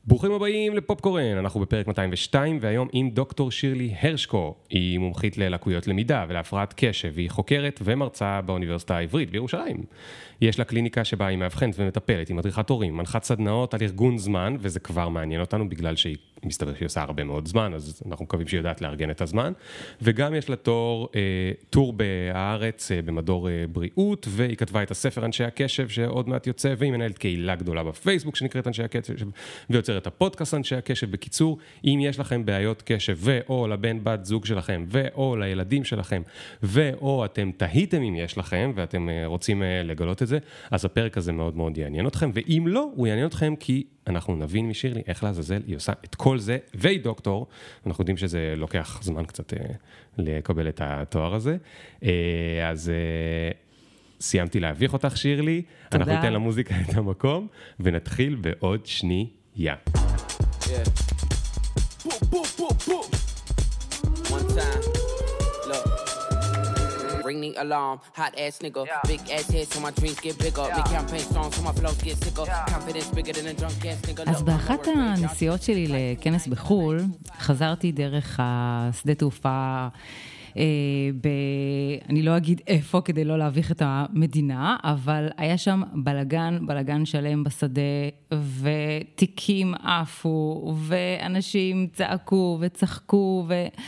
ברוכים הבאים לפופקורן, אנחנו בפרק 202 והיום עם דוקטור שירלי הרשקו. היא מומחית ללקויות למידה ולהפרעת קשב, והיא חוקרת ומרצה באוניברסיטה העברית בירושלים. יש לה קליניקה שבה היא מאבחנת ומטפלת, היא מדריכת הורים, מנחת סדנאות על ארגון זמן, וזה כבר מעניין אותנו בגלל שהיא מסתבר שהיא עושה הרבה מאוד זמן, אז אנחנו מקווים שהיא יודעת לארגן את הזמן. וגם יש לה טור בארץ במדור בריאות, והיא כתבה את הספר אנשי הקשב שעוד מעט יוצא, והיא מנהלת קהילה גדולה בפייסבוק שנקראת אנשי הקשב, ויוצרת הפודקאסט אנשי הקשב. בקיצור, אם יש לכם בעיות קשב, ואו לבן בת זוג שלכם, ואו לילדים שלכם, ואו אתם תהיתם אם יש לכם, ואתם רוצים לגלות את זה, אז הפרק הזה מאוד מאוד יעניין אתכם, ואם לא, הוא יעניין אתכם כי אנחנו נבין משירלי איך לעזאזל היא עושה את כל זה, והיא דוקטור, אנחנו יודעים שזה לוקח זמן קצת לקבל את התואר הזה, אז סיימתי להביך אותך שירלי, תודה. אנחנו ניתן למוזיקה את המקום, ונתחיל בעוד שנייה. One time, look. Ring the alarm, hot ass nigga, big ass head so my dreams get bigger, big campaign songs so my flows get sicker, confidence bigger than a drunk ass nigga. אז באחת הנסיעות שלי לכנס בחול, חזרתי דרך השדה תעופה, אני לא אגיד איפה כדי לא להביך את המדינה, אבל היה שם בלגן שלם בשדה, ותיקים עפו, ואנשים צעקו וצחקו,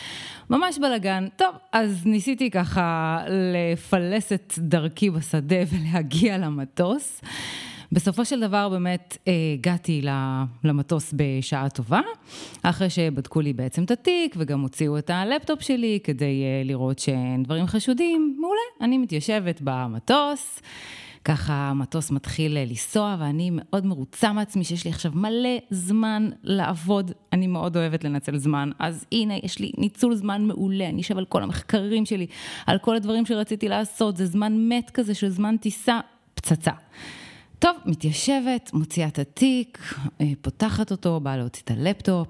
וממש בלגן. טוב, אז ניסיתי ככה לפלס את דרכי בשדה ולהגיע למטוס. בסופו של דבר באמת הגעתי למטוס בשעה טובה, אחרי שבדקו לי בעצם את התיק, וגם הוציאו את הלפטופ שלי, כדי לראות שאין דברים חשודים. מעולה, אני מתיישבת במטוס, ככה המטוס מתחיל לנסוע, ואני מאוד מרוצה מעצמי, שיש לי עכשיו מלא זמן לעבוד, אני מאוד אוהבת לנצל זמן, אז הנה, יש לי ניצול זמן מעולה, אני אשב על כל המחקרים שלי, על כל הדברים שרציתי לעשות, זה זמן מת כזה, של זמן טיסה, פצצה. טוב, מתיישבת, מוציאה את התיק, פותחת אותו, באה להוציא את הלפטופ,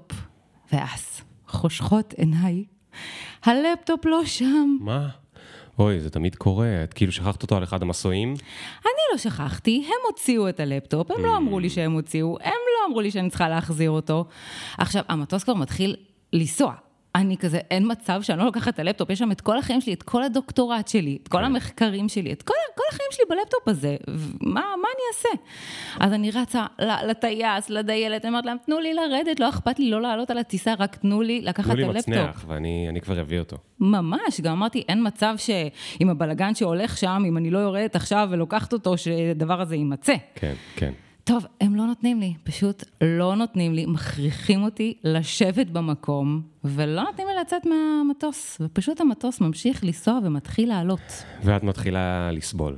ואז חושכות עיניי, הלפטופ לא שם. מה? אוי, זה תמיד קורה, את כאילו שכחת אותו על אחד המסועים? אני לא שכחתי, הם הוציאו את הלפטופ, הם לא אמרו לי שהם הוציאו, הם לא אמרו לי שאני צריכה להחזיר אותו. עכשיו, המטוס כבר מתחיל לנסוע. אני כזה, אין מצב שאני לא לוקחת את הלפטופ, יש שם את כל החיים שלי, את כל הדוקטורט שלי, את כל המחקרים שלי, את כל החיים שלי בלפטופ הזה, מה אני אעשה? אז אני רצה לטייס, לדיילת, אני אומרת להם, תנו לי לרדת, לא אכפת לי לא לעלות על הטיסה, רק תנו לי לקחת את הלפטופ. תנו לי מצנח, ואני כבר אביא אותו. ממש, גם אמרתי, אין מצב שעם הבלגן שהולך שם, אם אני לא יורדת עכשיו ולוקחת אותו, שדבר הזה יימצא. כן, כן. טוב, הם לא נותנים לי, פשוט לא נותנים לי, מכריחים אותי לשבת במקום, ולא נותנים לי לצאת מהמטוס, ופשוט המטוס ממשיך לנסוע ומתחיל לעלות. ואת מתחילה לסבול.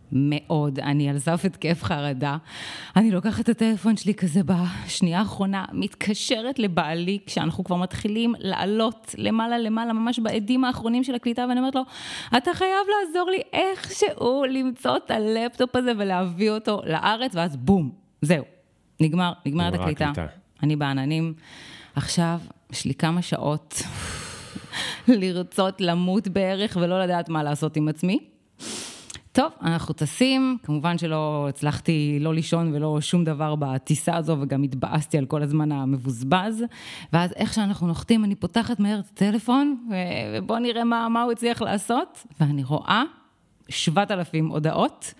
מאוד, אני על סף התקף חרדה, אני לוקחת את הטלפון שלי כזה בשנייה האחרונה, מתקשרת לבעלי, כשאנחנו כבר מתחילים לעלות למעלה, ממש בעדים האחרונים של הקליטה, ואני אומרת לו, אתה חייב לעזור לי איכשהו למצוא את הלפטופ הזה, ולהביא אותו לארץ, ואז בום, זהו, נגמרת הקליטה. אני בעננים, עכשיו יש לי כמה שעות לרצות למות בערך, ולא לדעת מה לעשות עם עצמי. טוב, אנחנו טסים, כמובן שלא הצלחתי לא לישון ולא שום דבר בטיסה הזו, וגם התבאסתי על כל הזמן המבוזבז, ואז איך שאנחנו נוחתים, אני פותחת מהר את הטלפון, ובוא נראה מה הוא הצליח לעשות, ואני רואה 7,000 הודעות,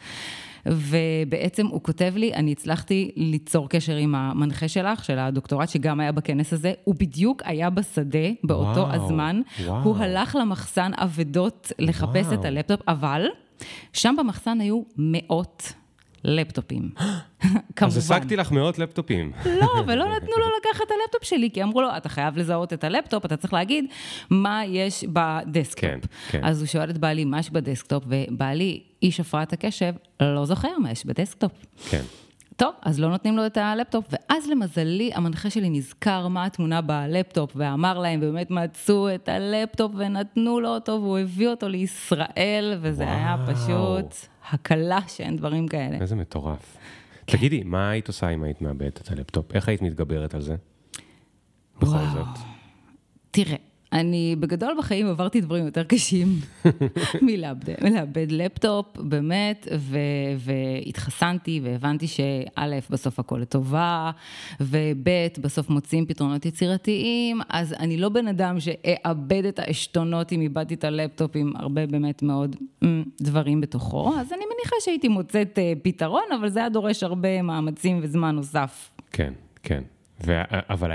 ובעצם הוא כותב לי, אני הצלחתי ליצור קשר עם המנחה שלך, של הדוקטורט שגם היה בכנס הזה, הוא בדיוק היה בשדה באותו הזמן, הוא הלך למחסן עבדות לחפש את הלפטופ, אבל שם במחסן היו 100 לפטופים. אז השגתי לך 100 לפטופים. לא, ולא נתנו לו לקחת את הלפטופ שלי, כי אמרו לו, אתה חייב לזהות את הלפטופ, אתה צריך להגיד מה יש בדסקטופ. אז הוא שואל את בעלי, מה יש בדסקטופ, ובעלי, איש הפרעת הקשב, לא זוכר מה יש בדסקטופ. כן. טוב, אז לא נותנים לו את הלפטופ, ואז למזלי, המנחה שלי נזכר מה התמונה בלפטופ, ואמר להם, באמת מצאו את הלפטופ, ונתנו לו אותו, והוא הביא אותו לישראל, וזה היה פשוט הקלה שאין דברים כאלה. איזה מטורף. תגידי, מה היית עושה אם היית מאבדת את הלפטופ? איך היית מתגברת על זה? בכל זאת. תראה, אני בגדול בחיים עברתי דברים יותר קשים מלאבד לפטופ, באמת, והתחסנתי והבנתי שא', בסוף הכל לטובה, וב', בסוף מוצאים פתרונות יצירתיים, אז אני לא בן אדם שאאבד את העשתונות אם איבדתי את הלפטופ עם הרבה באמת מאוד דברים בתוכו, אז אני מניחה שהייתי מוצאת פתרון, אבל זה היה דורש הרבה מאמצים וזמן נוסף. כן, כן. אבל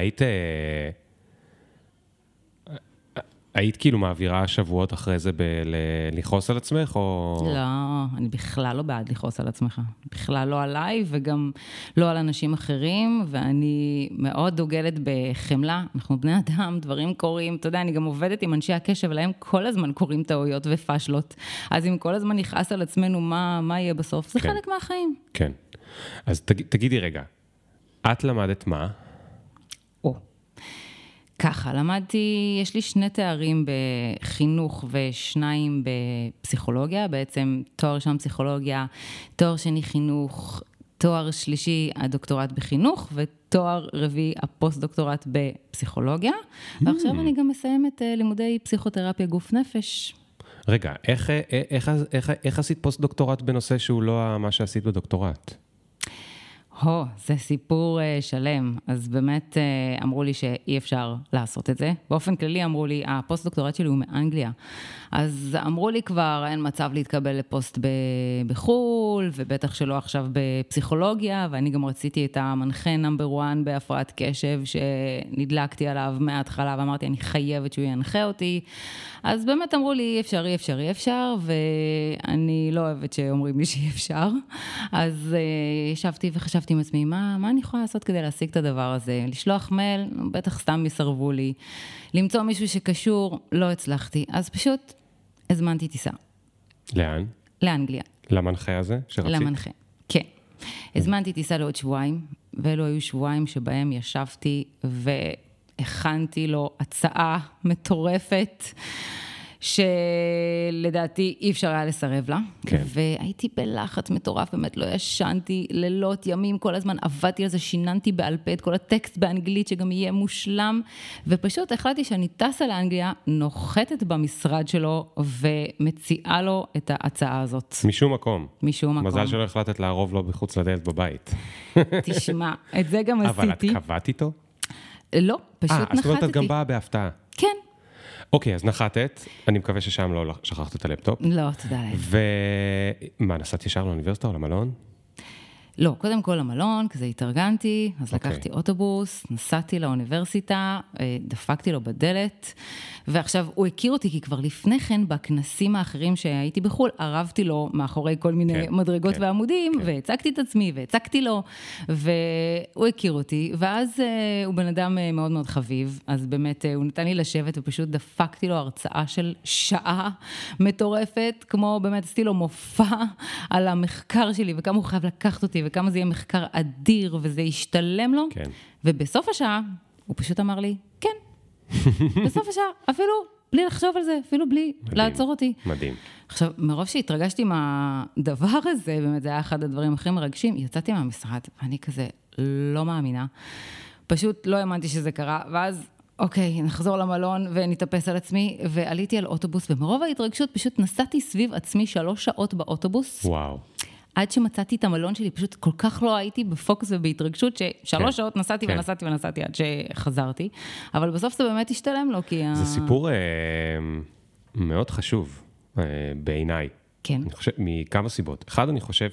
היית כאילו מעבירה שבועות אחרי זה לכעוס על עצמך, או... לא, אני בכלל לא בעד לכעוס על עצמך. בכלל לא עליי, וגם לא על אנשים אחרים, ואני מאוד דוגלת בחמלה. אנחנו בני אדם, דברים קורים. אתה יודע, אני גם עובדת עם אנשי הקשב, ולהם כל הזמן קורים טעויות ופשלות. אז אם כל הזמן נכעס על עצמנו, מה יהיה בסוף? זה חלק מהחיים. כן. אז תגידי רגע, את למדת מה? ככה, למדתי, יש לי 2 תארים בחינוך ו2 בפסיכולוגיה, בעצם תואר ראשון פסיכולוגיה, תואר שני חינוך, תואר שלישי הדוקטורט בחינוך, ותואר רביעי הפוסט-דוקטורט בפסיכולוגיה, ועכשיו אני גם מסיימת לימודי פסיכותרפיה גוף נפש. רגע, איך עשית פוסט-דוקטורט בנושא שהוא לא מה שעשית בדוקטורט? זה סיפור שלם, אז באמת אמרו לי שאי אפשר לעשות את זה. באופן כללי אמרו לי, הפוסט-דוקטורט שלי הוא מאנגליה. אז אמרו לי כבר, אין מצב להתקבל לפוסט בחול, ובטח שלא עכשיו בפסיכולוגיה, ואני גם רציתי את המנחה נאמבר 1 בהפרעת קשב, שנדלקתי עליו מההתחלה, ואמרתי, אני חייבת שהוא ינחה אותי. אז באמת אמרו לי, אי אפשר, ואני לא אוהבת שאומרים לי שאי אפשר. אז ישבתי וחשבתי עם עצמי, מה אני יכולה לעשות כדי להשיג את הדבר הזה? לשלוח מייל, בטח סתם יסרבו לי. למצוא מישהו שקשור, לא הצלחתי. אז פשוט הזמנתי טיסה. לאן? לאנגליה. למנחה הזה שרצית? למנחה, כן. הזמנתי טיסה לעוד שבועיים, ואלו היו שבועיים שבהם ישבתי והכנתי לו הצעה מטורפת, שלדעתי אי אפשר היה לסרב לה, כן. והייתי בלחץ מטורף, באמת לא ישנתי לילות, ימים, כל הזמן עבדתי על זה, שיננתי בעל פה את כל הטקסט באנגלית, שגם יהיה מושלם, ופשוט החלטתי שאני טסה לאנגליה, נוחתת במשרד שלו, ומציעה לו את ההצעה הזאת. משום מקום. משום מקום. מזל שלא החלטת לערוב לו בחוץ לדלת בבית. תשמע, את זה גם עשיתי. אבל את קבעת איתו? לא, פשוט נחתתי. זאת אומרת, את גם באה בהפתעה. כן. אוקיי, אז נחתת, אני מקווה ששם לא שכחת את הלפטופ. לא, תודה להם. ומה, נסעת ישר לאוניברסיטה או למלון? לא, קודם כל למלון, כזה התארגנתי, אז לקחתי אוטובוס, נסעתי לאוניברסיטה, דפקתי לו בדלת, ועכשיו הוא הכיר אותי, כי כבר לפני כן, בכנסים האחרים שהייתי בחול, ערבתי לו מאחורי כל מיני מדרגות ועמודים, והצגתי את עצמי, והצגתי לו, והוא הכיר אותי, ואז הוא בן אדם מאוד מאוד חביב, אז באמת הוא נתן לי לשבת, ופשוט דפקתי לו הרצאה של שעה מטורפת, כמו באמת עשיתי לו מופע על המחקר שלי, וכמה הוא חייב לקחת אותי, וכמה זה יהיה מחקר אדיר, וזה ישתלם לו. כן. ובסוף השעה, הוא פשוט אמר לי, כן. בסוף השעה, אפילו בלי לחשוב על זה, אפילו בלי לעצור אותי. מדהים. עכשיו, מרוב שהתרגשתי מהדבר הזה, באמת זה היה אחד הדברים הכי מרגשים, יצאתי מהמשרד, ואני כזה לא מאמינה. פשוט לא האמנתי שזה קרה, ואז אוקיי, נחזור למלון ונתאפס על עצמי, ועליתי על אוטובוס, ומרוב ההתרגשות פשוט נסעתי סביב עצמי 3 שעות באוטובוס. וואו. עד שמצאתי את המלון שלי, פשוט כל כך לא הייתי בפוקוס ובהתרגשות, ש3 שעות נסעתי ונסעתי עד שחזרתי, אבל בסוף זה באמת השתלם לו, כי... זה סיפור מאוד חשוב בעיניי. כן. אני חושב, מכמה סיבות. אחד, אני חושב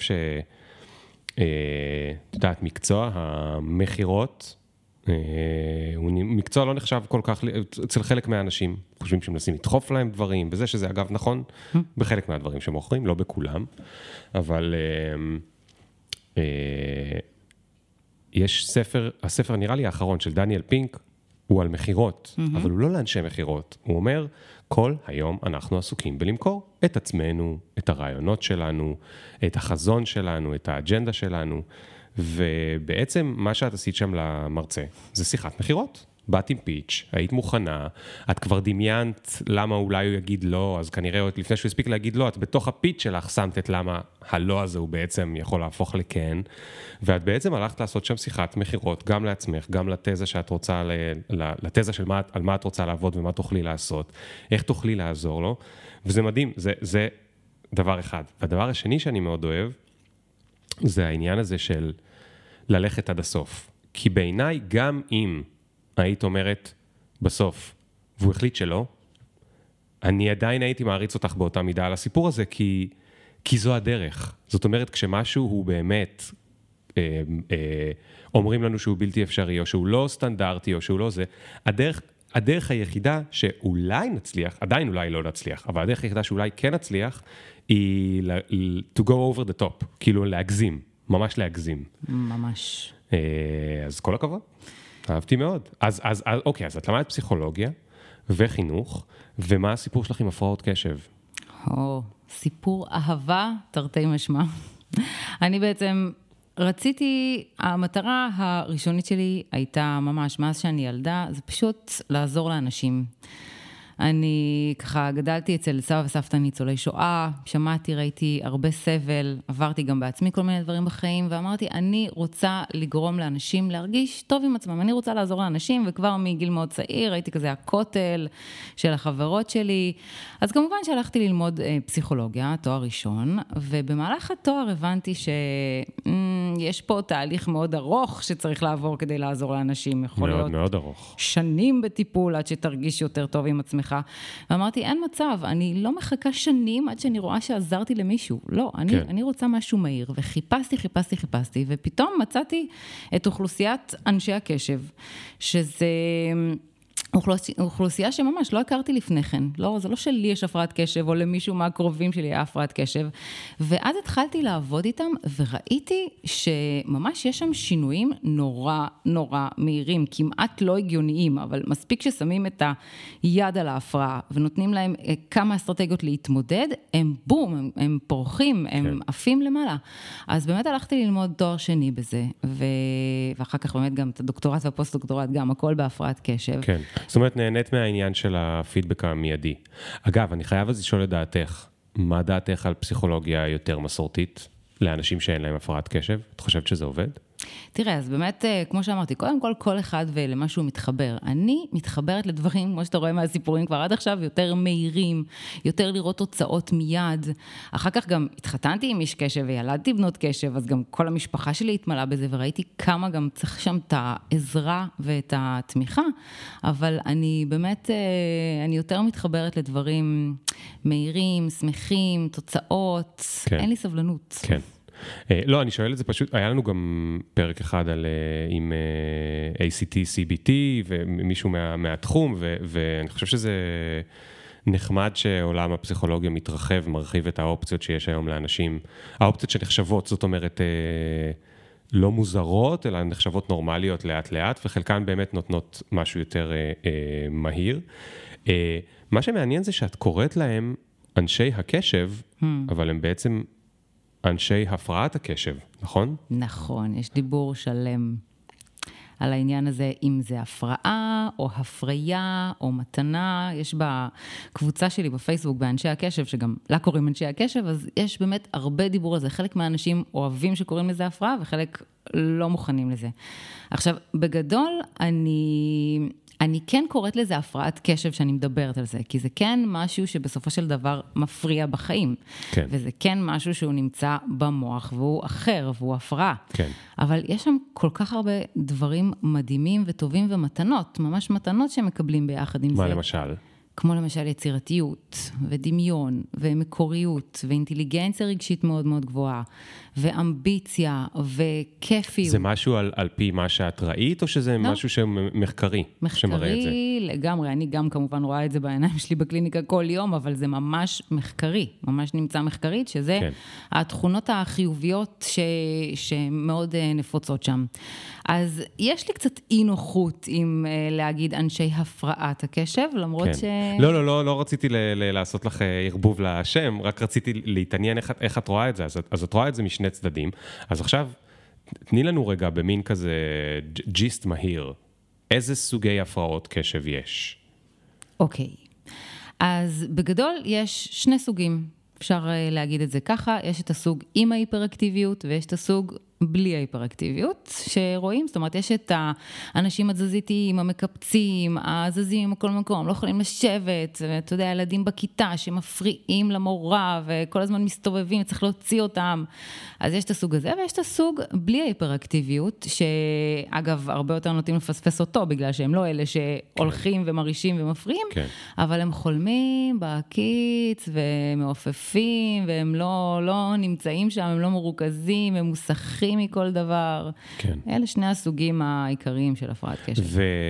יודעת, מקצוע המחירות, הוא מקצוע לא נחשב כל כך, אצל חלק מהאנשים, חושבים שמנסים לדחוף להם דברים, וזה שזה אגב נכון, בחלק מהדברים שמוכרים, לא בכולם, אבל יש הספר נראה לי האחרון של דניאל פינק, הוא על מחירות, אבל הוא לא לאנשי מחירות, הוא אומר, כל היום אנחנו עסוקים בלמכור את עצמנו, את הרעיונות שלנו, את החזון שלנו, את האג'נדה שלנו, ובעצם מה שאת עשית שם למרצה, זה שיחת מחירות, באת עם פיץ', היית מוכנה, את כבר דמיינת למה אולי הוא יגיד לא, אז כנראה לפני שהוא הספיק להגיד לא, את בתוך הפיץ' שלך שמת את למה הלא הזה הוא בעצם יכול להפוך לכן, ואת בעצם הלכת לעשות שם שיחת מחירות, גם לעצמך, גם לתזה שאת רוצה, לתזה של על מה את רוצה לעבוד ומה תוכלי לעשות, איך תוכלי לעזור לו, וזה מדהים, זה דבר אחד. והדבר השני שאני מאוד אוהב, זה העניין הזה של ללכת עד הסוף. כי בעיניי, גם אם היית אומרת בסוף, והוא החליט שלא, אני עדיין הייתי מעריץ אותך באותה מידה על הסיפור הזה, כי זו הדרך. זאת אומרת, כשמשהו הוא באמת, אומרים לנו שהוא בלתי אפשרי, או שהוא לא סטנדרטי, או שהוא לא זה, הדרך היחידה שאולי נצליח, עדיין אולי לא נצליח, אבל הדרך היחידה שאולי כן נצליח, היא to go over the top, כאילו להגזים, ממש להגזים. ממש. אז כל הכבוד, אהבתי מאוד. אוקיי, אז את למדת פסיכולוגיה וחינוך, ומה הסיפור שלך עם הפרעות קשב? סיפור אהבה, תרתי משמע. אני בעצם רציתי, המטרה הראשונית שלי הייתה ממש, מאז שאני ילדה, זה פשוט לעזור לאנשים. אני ככה גדלתי אצל סבא וסבתא ניצולי שואה, שמעתי, ראיתי הרבה סבל, עברתי גם בעצמי כל מיני דברים בחיים, ואמרתי, אני רוצה לגרום לאנשים להרגיש טוב עם עצמם, אני רוצה לעזור לאנשים, וכבר מגיל מאוד צעיר, הייתי כזה הכותל של החברות שלי, אז כמובן שהלכתי ללמוד פסיכולוגיה, תואר ראשון, ובמהלך התואר הבנתי שיש פה תהליך מאוד ארוך שצריך לעבור כדי לעזור לאנשים, יכול מאוד, להיות מאוד ארוך. שנים בטיפול עד שתרגיש יותר טוב עם עצמך. ואמרתי, אין מצב, אני לא מחכה שנים עד שאני רואה שעזרתי למישהו. לא, אני רוצה משהו מהיר, וחיפשתי, ופתאום מצאתי את אוכלוסיית אנשי הקשב, שזה אוכלוסייה שממש לא הכרתי לפני כן. לא, זה לא שלי יש הפרעת קשב, או למישהו מהקרובים שלי היה הפרעת קשב. ואז התחלתי לעבוד איתם, וראיתי שממש יש שם שינויים נורא נורא מהירים, כמעט לא הגיוניים, אבל מספיק ששמים את היד על ההפרעה, ונותנים להם כמה אסטרטגיות להתמודד, הם בום, הם פורחים, הם עפים למעלה. אז באמת הלכתי ללמוד תואר שני בזה, ואחר כך באמת גם את הדוקטורט והפוסט-דוקטורט, גם הכל בהפרעת קשב. כן. זאת אומרת, נהנית מהעניין של הפידבק המיידי. אגב, אני חייב אז לשאול את דעתך, מה דעתך על פסיכולוגיה יותר מסורתית לאנשים שאין להם הפרעת קשב? את חושבת שזה עובד? תראה, אז באמת, כמו שאמרתי, קודם כל אחד ולמה שהוא מתחבר. אני מתחברת לדברים, כמו שאתה רואה מהסיפורים כבר עד עכשיו, יותר מהירים, יותר לראות תוצאות מיד. אחר כך גם התחתנתי עם איש קשב וילדתי בנות קשב, אז גם כל המשפחה שלי התמלאה בזה, וראיתי כמה גם צריך שם את העזרה ואת התמיכה, אבל אני באמת, אני יותר מתחברת לדברים מהירים, שמחים, תוצאות, כן. אין לי סבלנות. כן. לא, אני שואל את זה פשוט, היה לנו גם פרק אחד עם ACT, CBT, ומישהו מהתחום, ואני חושב שזה נחמד שעולם הפסיכולוגיה מתרחב, מרחיב את האופציות שיש היום לאנשים, האופציות שנחשבות, זאת אומרת, לא מוזרות, אלא נחשבות נורמליות לאט לאט, וחלקן באמת נותנות משהו יותר מהיר. מה שמעניין זה שאת קוראת להם אנשי הקשב, אבל הם בעצם אנשי הפרעת הקשב, נכון? נכון, יש דיבור שלם על העניין הזה, אם זה הפרעה או הפריה או מתנה, יש בקבוצה שלי בפייסבוק באנשי הקשב, שגם לה קוראים אנשי הקשב, אז יש באמת הרבה דיבור על זה, חלק מהאנשים אוהבים שקוראים לזה הפרעה, וחלק לא מוכנים לזה. עכשיו, בגדול, אני כן קוראת לזה הפרעת קשב שאני מדברת על זה, כי זה כן משהו שבסופו של דבר מפריע בחיים. כן. וזה כן משהו שהוא נמצא במוח, והוא אחר, והוא הפרעה. כן. אבל יש שם כל כך הרבה דברים מדהימים וטובים ומתנות, ממש מתנות שמקבלים ביחד עם זה. מה למשל? כמו למשל יצירתיות, ודמיון, ומקוריות, ואינטליגנציה רגשית מאוד מאוד גבוהה, ואמביציה, וכיפיות. זה משהו על פי מה שאת ראית, או שזה משהו שמחקרי? מחקרי לגמרי, אני גם כמובן רואה את זה בעיניים שלי בקליניקה כל יום, אבל זה ממש מחקרי, ממש נמצא מחקרית, שזה התכונות החיוביות שמאוד נפוצות שם. אז יש לי קצת אי נוחות עם להגיד אנשי הפרעת הקשב, למרות ש... לא רציתי לעשות לך ערבוב לשם, רק רציתי להתעניין איך את רואה את זה, אז את רואה את זה משני צדדים. אז עכשיו, תני לנו רגע במין כזה ג'יסט מהיר, איזה סוגי הפרעות קשב יש? אוקיי. אז בגדול יש שני סוגים. אפשר להגיד את זה ככה, יש את הסוג עם ההיפראקטיביות ויש את הסוג בלי ההיפראקטיביות שרואים, זאת אומרת יש את האנשים התזזיתיים, המקפצים, הזזים מכל מקום, לא יכולים לשבת, ואתה יודע, ילדים בכיתה שמפריעים למורה וכל הזמן מסתובבים, צריך להוציא אותם, אז יש את הסוג הזה ויש את הסוג בלי ההיפראקטיביות, שאגב הרבה יותר נוטים לפספס אותו, בגלל שהם לא אלה שהולכים ומרישים ומפריעים, אבל הם חולמים בהקיץ ומעופפים, והם לא נמצאים שם, הם לא מרוכזים, הם מוסכים מכל דבר. כן. אלה שני הסוגים העיקריים של הפרעת קשב.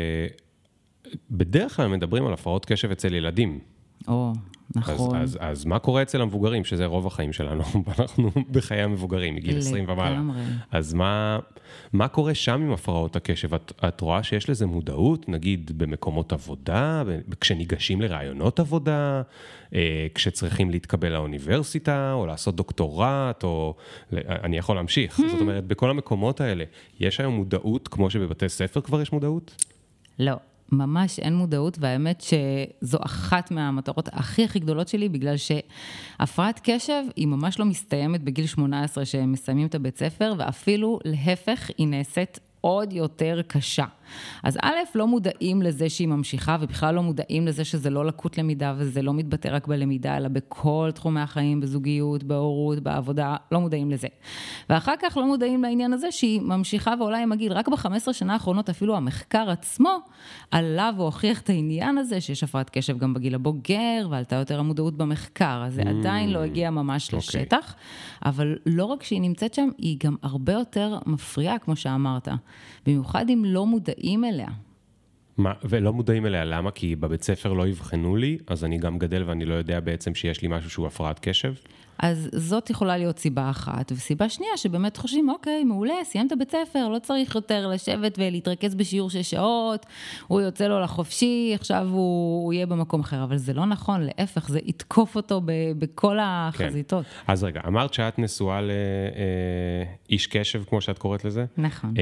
ובדרך כלל מדברים על הפרעות קשב אצל ילדים. נכון. אז מה קורה אצל המבוגרים, שזה רוב החיים שלנו, אנחנו בחיי המבוגרים, מגיל 20 ומעלה. אז מה קורה שם עם הפרעות הקשב? את רואה שיש לזה מודעות, נגיד במקומות עבודה, כשניגשים לרעיונות עבודה, כשצריכים להתקבל לאוניברסיטה, או לעשות דוקטורט, או אני יכול להמשיך. זאת אומרת, בכל המקומות האלה, יש היום מודעות, כמו שבבתי ספר כבר יש מודעות? לא. ממש אין מודעות, והאמת שזו אחת מהמטרות הכי גדולות שלי, בגלל שהפרעת קשב היא ממש לא מסתיימת בגיל 18 שהם מסיימים את הבית ספר, ואפילו להפך היא נעשית עוד יותר קשה. אז א', לא מודעים לזה שהיא ממשיכה, ובכלל לא מודעים לזה שזה לא לקות למידה, וזה לא מתבטא רק בלמידה, אלא בכל תחומי החיים, בזוגיות, בהורות, בעבודה, לא מודעים לזה. ואחר כך לא מודעים לעניין הזה שהיא ממשיכה ועולה עם הגיל. רק ב-15 שנה האחרונות אפילו המחקר עצמו עלה והוכיח את העניין הזה, שיש הפרעת קשב גם בגיל הבוגר, ועלתה יותר המודעות במחקר, אז זה עדיין לא הגיע ממש לשטח, אבל לא רק שהיא נמצאת שם, היא גם הרבה יותר מפריעה, כמו שאמרת. במיוחד אם לא מודעים אליה. מה, ולא מודעים אליה, למה? כי בבית ספר לא יבחנו לי, אז אני גם גדל ואני לא יודע בעצם שיש לי משהו שהוא הפרעת קשב? אז זאת יכולה להיות סיבה אחת, וסיבה שנייה שבאמת חושבים, אוקיי, מעולה, סיימת בית ספר, לא צריך יותר לשבת ולהתרכז בשיעור 6 שעות, הוא יוצא לו לחופשי, עכשיו הוא יהיה במקום אחר, אבל זה לא נכון, להפך, זה יתקוף אותו בכל החזיתות. כן. אז רגע, אמרת שאת נשואה לאיש קשב, כמו שאת קוראת לזה? נכון.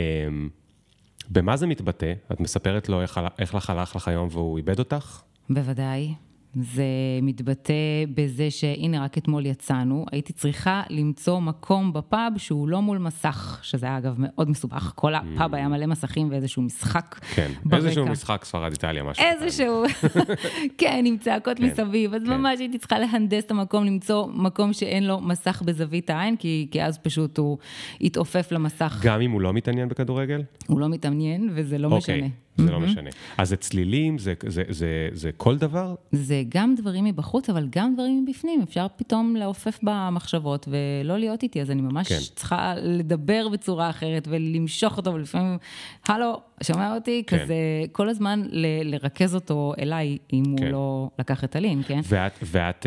במה זה מתבטא? את מספרת לו איך לך הלך לך היום והוא איבד אותך? בוודאי. זה מתבטא בזה שהנה רק אתמול יצאנו, הייתי צריכה למצוא מקום בפאב שהוא לא מול מסך, שזה היה אגב מאוד מסובך, כל הפאב היה מלא מסכים ואיזשהו משחק כן, ברקע. איזשהו משחק ספרד איטליה, משהו. איזשהו, כן, עם צעקות מסביב, אז ממש הייתי צריכה להנדס את המקום, למצוא מקום שאין לו מסך בזווית העין, כי אז פשוט הוא יתעופף למסך. גם אם הוא לא מתעניין בכדורגל? הוא לא מתעניין וזה לא משנה. זה לא משנה. אז זה צלילים, זה כל דבר? זה גם דברים מבחוץ, אבל גם דברים מבפנים. אפשר פתאום לעופף במחשבות ולא להיות איתי, אז אני ממש צריכה לדבר בצורה אחרת ולמשוך אותו, ולפעמים, הלו, שומע אותי? כזה כל הזמן לרכז אותו אליי, אם הוא לא לקח את הלין, כן? ואת,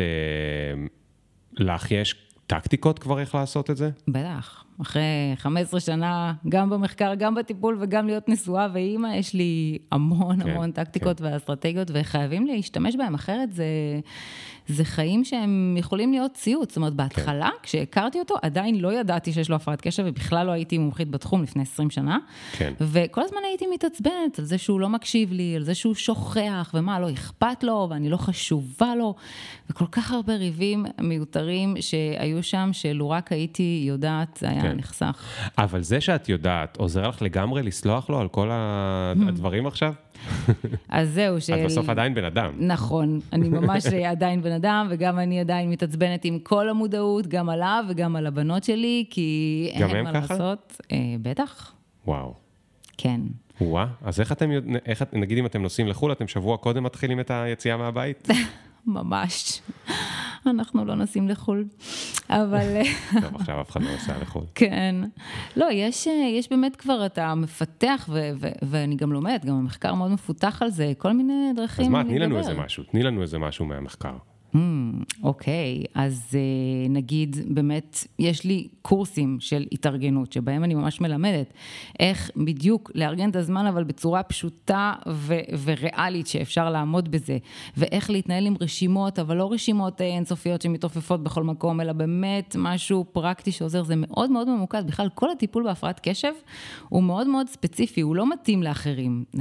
לך יש טקטיקות כבר איך לעשות את זה? בטח. אחרי 15 שנה, גם במחקר, גם בטיפול וגם להיות נשואה ואימא, יש לי המון טקטיקות ואסטרטגיות, וחייבים להשתמש בהם, אחרת זה חיים שהם יכולים להיות ציוץ. זאת אומרת, בהתחלה, כשהכרתי אותו, עדיין לא ידעתי שיש לו הפרעת קשב, ובכלל לא הייתי מומחית בתחום לפני 20 שנה, וכל הזמן הייתי מתעצבנת על זה שהוא לא מקשיב לי, על זה שהוא שוכח, ומה, לא אכפת לו, ואני לא חשובה לו, וכל כך הרבה ריבים מיותרים שהיו שם, שלו רק הייתי יודעת, זה היה נחסך. אבל זה שאת יודעת, עוזר לך לגמרי לסלוח לו על כל הדברים עכשיו? אז זהו את בסוף עדיין בן אדם. נכון, אני ממש עדיין בן אדם, וגם אני עדיין מתעצבנת עם כל המודעות, גם עליו וגם על הבנות שלי, כי אין מה לעשות. בטח. וואו. כן. וואה, אז איך נגיד אם אתם נוסעים לחול, אתם שבוע קודם מתחילים את היציאה מהבית? ממש. אנחנו לא נוסעים לחול, אבל... טוב, עכשיו אף אחד לא נוסע לחול. כן. לא, יש באמת כבר, אתה מפתח, ואני גם לומדת, גם המחקר מאוד מפותח על זה, כל מיני דרכים לדבר. אז מה, תני לנו איזה משהו מהמחקר. אוקיי, אז נגיד באמת יש לי קורסים של התארגנות שבהם אני ממש מלמדת איך בדיוק לארגן את הזמן אבל בצורה פשוטה וריאלית שאפשר לעמוד בזה, ואיך להתנהל עם רשימות, אבל לא רשימות אינסופיות שמתעופפות בכל מקום, אלא באמת משהו פרקטי שעוזר. זה מאוד מאוד ממוקד. בכלל כל הטיפול בהפרעת קשב הוא מאוד מאוד ספציפי, הוא לא מתאים לאחרים. נגיד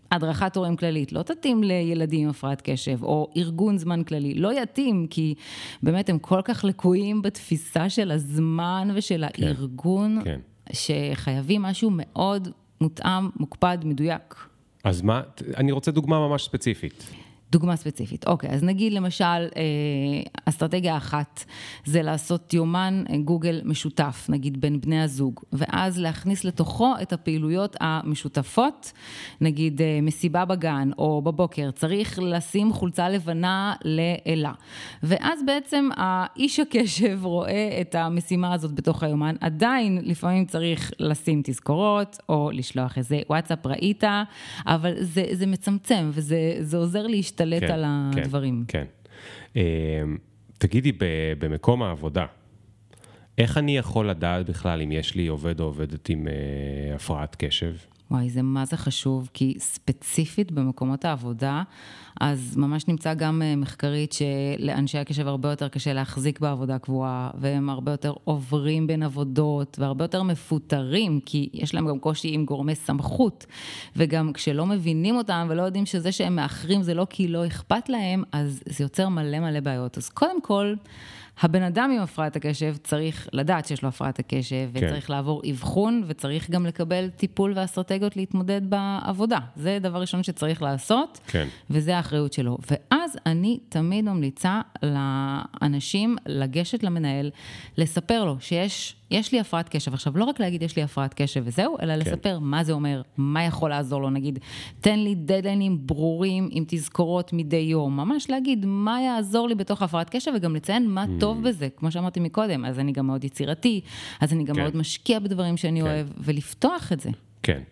הדרכת הורים כללית לא תתאים לילדים עם הפרעת קשב, או ארגון זמן כללי, לא יתאים, כי באמת הם כל כך לקויים בתפיסה של הזמן ושל הארגון, שחייבים משהו מאוד מותאם, מוקפד, מדויק. אז מה, אני רוצה דוגמה ממש ספציפית. דוגמה ספציפית. אוקיי, אז נגיד למשל, אסטרטגיה אחת זה לעשות יומן גוגל משותף, נגיד בין בני הזוג, ואז להכניס לתוכו את הפעילויות המשותפות, נגיד מסיבה בגן או בבוקר, צריך לשים חולצה לבנה לאלה. ואז בעצם האיש הקשב רואה את המשימה הזאת בתוך היומן, עדיין לפעמים צריך לשים תזכורות או לשלוח איזה וואטסאפ ראית, אבל זה מצמצם וזה עוזר להשתלט על הדברים. כן. תגידי, במקום העבודה, איך אני יכול לדעת בכלל אם יש לי עובד או עובדת עם הפרעת קשב? וואי, זה מה זה חשוב, כי ספציפית במקומות העבודה, אז ממש נמצא גם מחקרית שלאנשי הקשב הרבה יותר קשה להחזיק בעבודה קבועה, והם הרבה יותר עוברים בין עבודות, והרבה יותר מפוטרים, כי יש להם גם קושי עם גורמי סמכות, וגם כשלא מבינים אותם ולא יודעים שזה שהם מאחרים, זה לא כי לא אכפת להם, אז זה יוצר מלא בעיות. אז קודם כל, הבן אדם עם הפרעת הקשב צריך לדעת שיש לו הפרעת הקשב, וצריך לעבור אבחון, וצריך גם לקבל טיפול ואסטרטגיות להתמודד בעבודה. זה דבר ראשון שצריך לעשות, וזה האחריות שלו. ואז אני תמיד ממליצה לאנשים לגשת למנהל, לספר לו שיש לי הפרעת קשב. עכשיו, לא רק להגיד יש לי הפרעת קשב וזהו, אלא לספר מה זה אומר, מה יכול לעזור לו. נגיד, תן לי דדליינים ברורים עם תזכורות מדי יום. ממש להגיד מה יעזור לי בתוך הפרעת קשב, וגם לציין מה טוב בזה. כמו שאמרתי מקודם, אז אני גם מאוד יצירתי, אז אני גם מאוד משקיע בדברים שאני אוהב, ולפתוח את זה. כן.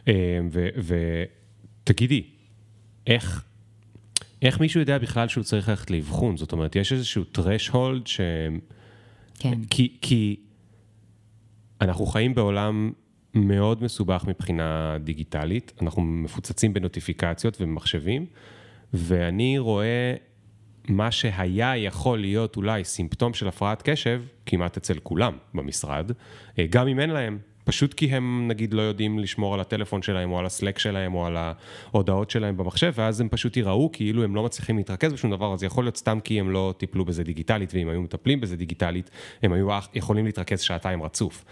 ותגידי, איך מישהו יודע בכלל שהוא צריך ללכת לאבחון? זאת אומרת, יש איזשהו threshold כי אנחנו חיים בעולם מאוד מסובך מבחינה דיגיטלית, אנחנו מפוצצים בנוטיפיקציות ובמחשבים, ואני רואה מה שהיה יכול להיות אולי סימפטום של הפרעת קשב, כמעט אצל כולם במשרד, גם אם אין להם, פשוט כי הם נגיד לא יודעים לשמור על הטלפון שלהם, או על הסלק שלהם, או על ההודעות שלהם במחשב, ואז הם פשוט יראו כאילו הם לא מצליחים להתרכז בשום דבר, אז יכול להיות סתם כי הם לא טיפלו בזה דיגיטלית, ואם היו מטפלים בזה דיגיטלית, הם היו יכולים להתרכז שעתיים רצוף.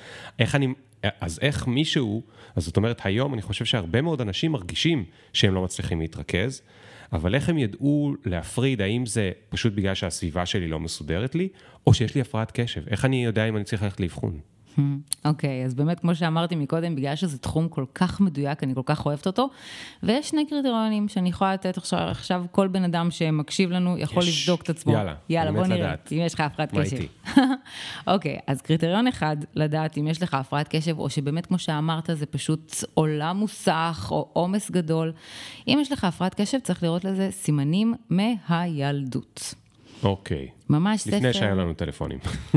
אז איך מישהו, אז זאת אומרת, היום אני חושב שהרבה מאוד אנשים מרגישים שהם לא מצליחים להתרכז, אבל איך הם ידעו להפריד, האם זה פשוט בגלל שהסביבה שלי לא מסודרת לי, או שיש לי הפרעת קשב? איך אני יודע אם אני צריך ללכת לאבחון? אוקיי, אז באמת, כמו שאמרתי מקודם, בגלל שזה תחום כל כך מדויק, אני כל כך אוהבת אותו, ויש שני קריטריונים שאני יכולה לתת עכשיו, כל בן אדם שמקשיב לנו יכול לבדוק את עצמו. יאללה, בוא נראה, אם יש לך הפרעת קשב. אוקיי, אז קריטריון אחד, לדעת אם יש לך הפרעת קשב, או שבאמת, כמו שאמרת, זה פשוט עולם מוסך, או עומס גדול. אם יש לך הפרעת קשב, צריך לראות לזה סימנים מהילדות. אוקיי. ממש ספר. לפני שהיה לנו טלפונים.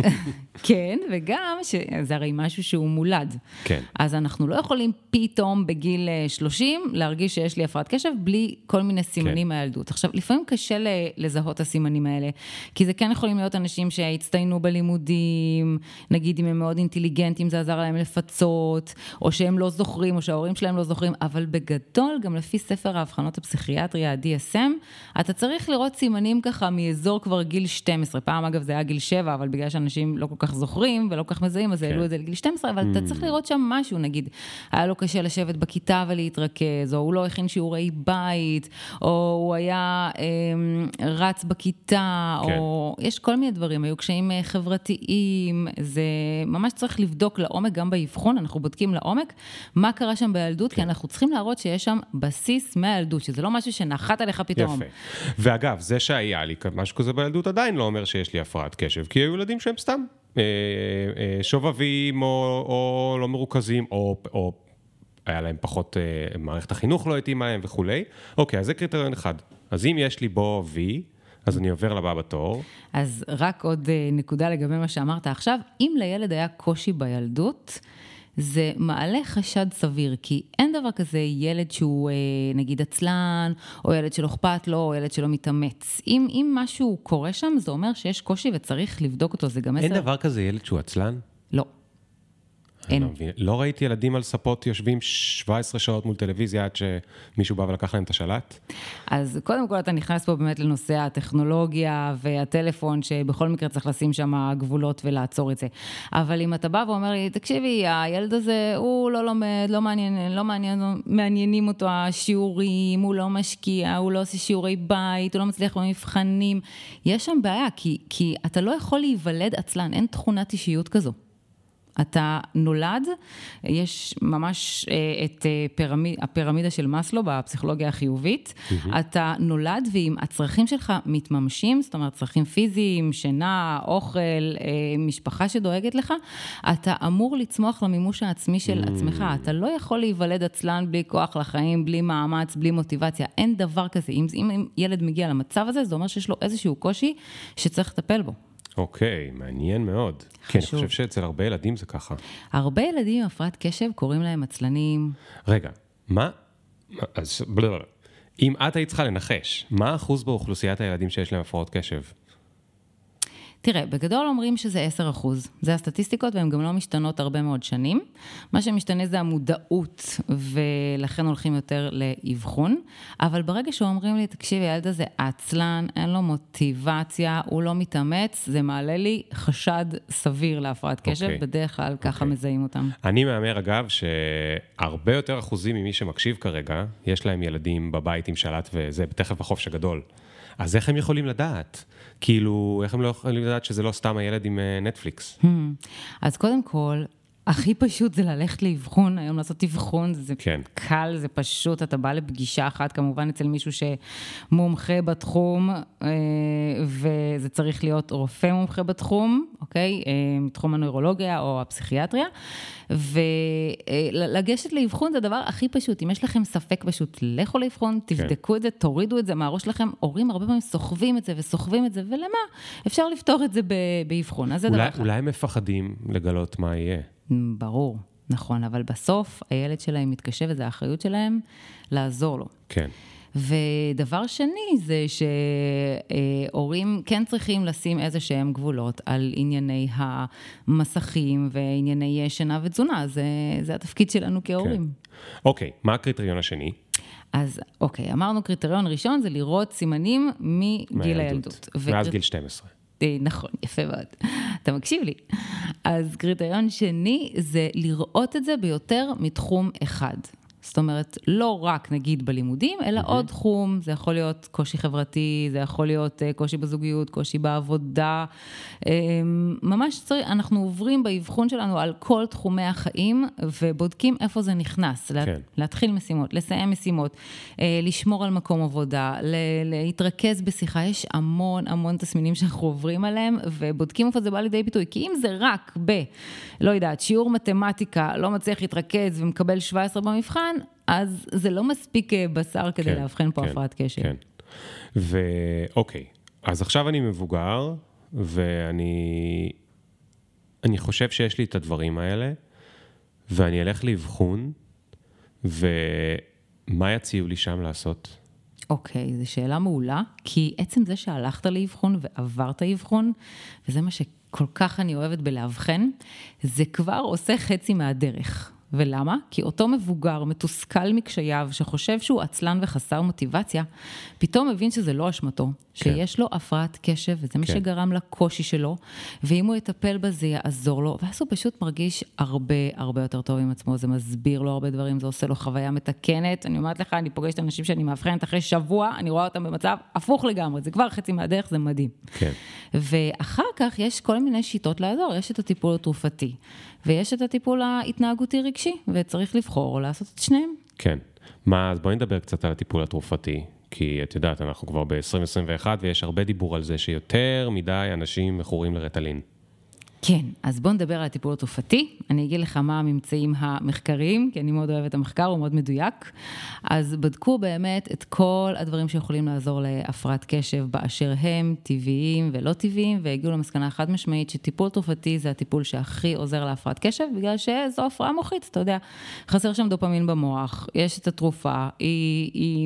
כן, וגם שזה הרי משהו שהוא מולד. כן. אז אנחנו לא יכולים פתאום בגיל 30 להרגיש שיש לי הפרעת קשב בלי כל מיני סימנים מהילדות. עכשיו, לפעמים קשה לזהות את הסימנים האלה, כי זה כן יכולים להיות אנשים שהצטיינו בלימודים, נגיד אם הם מאוד אינטליגנטים, זה עזר להם לפצות, או שהם לא זוכרים, או שההורים שלהם לא זוכרים, אבל בגדול, גם לפי ספר ההבחנות הפסיכיאטריה, ה-DSM, אתה צריך לראות סימנים ככה מאזור כבר גיל 12. פעם, אגב, זה היה גיל 7, אבל בגלל שאנשים לא כל כך זוכרים ולא כל כך מזהים, אז העלו את זה לגיל 12, אבל אתה צריך לראות שם משהו, נגיד, היה לו קשה לשבת בכיתה ולהתרכז, או הוא לא הכין שיעורי בית, או הוא היה רץ בכיתה, או יש כל מיני דברים, היו קשיים חברתיים, זה ממש צריך לבדוק לעומק, גם באבחון, אנחנו בודקים לעומק, מה קרה שם בילדות, כי אנחנו צריכים להראות שיש שם בסיס מהילדות, שזה לא משהו שנחת עליך פתאום. יפה. ואגב, זה שהיה לי משהו כזה בילדות עדיין לא אומר שיש לי הפרעת קשב, כי היו ילדים שהם סתם שובבים או לא מרוכזים, או היה להם פחות, מערכת החינוך לא התאימה להם וכו'. אוקיי, אז זה קריטריון אחד. אז אם יש לי בו וי, אז אני עובר לבא בתור. אז רק עוד נקודה לגבי מה שאמרת עכשיו, אם לילד היה קושי בילדות, זה מעלה חשד סביר, כי אין דבר כזה ילד שהוא נגיד עצלן, או ילד שלא אכפת לו, או ילד שלא מתאמץ. אם משהו קורה שם, זה אומר שיש קושי וצריך לבדוק אותו, זה גם אין דבר כזה ילד שהוא עצלן? לא. אין. לא ראיתי ילדים על ספות יושבים 17 שעות מול טלוויזיה עד שמישהו בא ולקח להם את השלט? אז קודם כל אתה נכנס פה באמת לנושא הטכנולוגיה והטלפון, שבכל מקרה צריך לשים שם גבולות ולעצור את זה. אבל אם אתה בא ואומר לי, תקשיבי, הילד הזה הוא לא לומד, לא מעניינים אותו השיעורים, הוא לא משקיע, הוא לא עושה שיעורי בית, הוא לא מצליח במבחנים. יש שם בעיה, כי אתה לא יכול להיוולד עצלן, אין תכונת אישיות כזו. אתה נולד, יש ממש את הפירמידה של מאסלו בפסיכולוגיה החיובית, אתה נולד ואם הצרכים שלך מתממשים, זאת אומרת צרכים פיזיים, שינה, אוכל, משפחה שדואגת לך, אתה אמור לצמוח למימוש העצמי של עצמך, אתה לא יכול להיוולד עצלן בלי כוח לחיים, בלי מאמץ, בלי מוטיבציה, אין דבר כזה, אם ילד מגיע למצב הזה, זה אומר שיש לו איזשהו קושי שצריך לטפל בו. אוקיי, מעניין מאוד. כן, אני חושב שאצל הרבה ילדים זה ככה. הרבה ילדים עם הפרעת קשב קוראים להם עצלנים. רגע, מה? אז אם את היית צריכה לנחש, מה האחוז באוכלוסיית הילדים שיש להם הפרעות קשב? תראה, בגדול אומרים שזה 10%. זה הסטטיסטיקות והן גם לא משתנות הרבה מאוד שנים. מה שמשתנה זה המודעות, ולכן הולכים יותר לאבחון. אבל ברגע שאומרים לי, תקשיבי, הילד הזה עצלן, אין לו מוטיבציה, הוא לא מתאמץ, זה מעלה לי חשד סביר להפרעת קשב, בדרך כלל ככה מזהים אותם. אני מאמר אגב שהרבה יותר אחוזים ממי שמקשיב כרגע, יש להם ילדים בבית עם שלט וזה תכף בחופש הגדול. אז איך הם יכולים לדעת? כאילו, איך הם לא יכולים לדעת שזה לא סתם הילד עם נטפליקס? אז קודם כל, הכי פשוט זה ללכת לאבחון, היום לעשות אבחון, זה קל, זה פשוט, אתה בא לפגישה אחת, כמובן אצל מישהו שמומחה בתחום, וזה צריך להיות רופא מומחה בתחום, אוקיי? מתחום הנוירולוגיה או הפסיכיאטריה, ולגשת לאבחון זה הדבר הכי פשוט, אם יש לכם ספק פשוט, לכו לאבחון, תבדקו את זה, תורידו את זה מהראש שלכם, הורים הרבה פעמים סוחבים את זה וסוחבים את זה, ולמה? אפשר לפתור את זה באבחון, אז זה דבר אחד. אולי הם מפחדים לגלות מה יהיה. ברור, נכון, אבל בסוף הילד שלהם מתקשה וזה האחריות שלהם לעזור לו. כן. ודבר שני זה שהורים כן צריכים לשים איזה שהם גבולות על ענייני המסכים וענייני שינה ותזונה, זה התפקיד שלנו כהורים. כן. אוקיי, מה הקריטריון השני? אז אוקיי, אמרנו קריטריון ראשון זה לראות סימנים מגיל הילדות. מאז גיל 12. נכון, יפה מאוד. אתה מקשיב לי. אז קריטריון שני זה לראות את זה ביותר מתחום אחד. זאת אומרת, לא רק נגיד בלימודים, אלא עוד תחום, זה יכול להיות קושי חברתי, זה יכול להיות קושי בזוגיות, קושי בעבודה, ממש צריך, אנחנו עוברים באבחון שלנו על כל תחומי החיים, ובודקים איפה זה נכנס, להתחיל משימות, לסיים משימות, לשמור על מקום עבודה, להתרכז בשיחה, יש המון תסמינים שאנחנו עוברים עליהם, ובודקים איפה זה בא לידי ביטוי, כי אם זה רק לא יודעת, שיעור מתמטיקה, לא מצליח להתרכז ומקבל 17 במבחן, אז זה לא מספיק בשר כדי להבחן פה הפרעת קשב. כן. ואוקיי, אז עכשיו אני מבוגר, ואני חושב שיש לי את הדברים האלה, ואני אלך לאבחון, ומה יציעו לי שם לעשות? אוקיי, זו שאלה מעולה, כי עצם זה שהלכת לאבחון ועברת אבחון, וזה מה שכל כך אני אוהבת בלהבחן, זה כבר עושה חצי מהדרך. ולמה? כי אותו מבוגר, מתוסכל מקשייו, שחושב שהוא עצלן וחסר מוטיבציה, פתאום מבין שזה לא אשמתו, שיש לו הפרעת קשב, וזה מה שגרם לקושי שלו, ואם הוא יטפל בזה, יעזור לו, ואז הוא פשוט מרגיש הרבה יותר טוב עם עצמו, זה מסביר לו הרבה דברים, זה עושה לו חוויה מתקנת, אני אומרת לך, אני פוגשת אנשים שאני מאבחנת אחרי שבוע, אני רואה אותם במצב הפוך לגמרי, זה כבר חצי מהדרך, זה מדהים. כן. ואחר כך יש כל מיני שיטות לעזור, יש את הטיפול התרופתי, ויש את הטיפול ההתנהגותי רגשי, וצריך לבחור או לעשות את שניהם. כן. אז בואי נדבר קצת על הטיפול התרופתי, כי את יודעת, אנחנו כבר ב-2021, ויש הרבה דיבור על זה שיותר מדי אנשים מכורים לרטלין. כן, אז בוא נדבר על הטיפול התרופתי. אני אגיד לך מה הממצאים המחקריים, כי אני מאוד אוהבת את המחקר, הוא מאוד מדויק. אז בדקו באמת את כל הדברים שיכולים לעזור להפרעת קשב באשר הם, טבעיים ולא טבעיים, והגיעו למסקנה חד משמעית שטיפול תרופתי זה הטיפול שהכי עוזר להפרעת קשב, בגלל שזו הפרעה מוחית, אתה יודע, חסר שם דופמין במוח, יש את התרופה, היא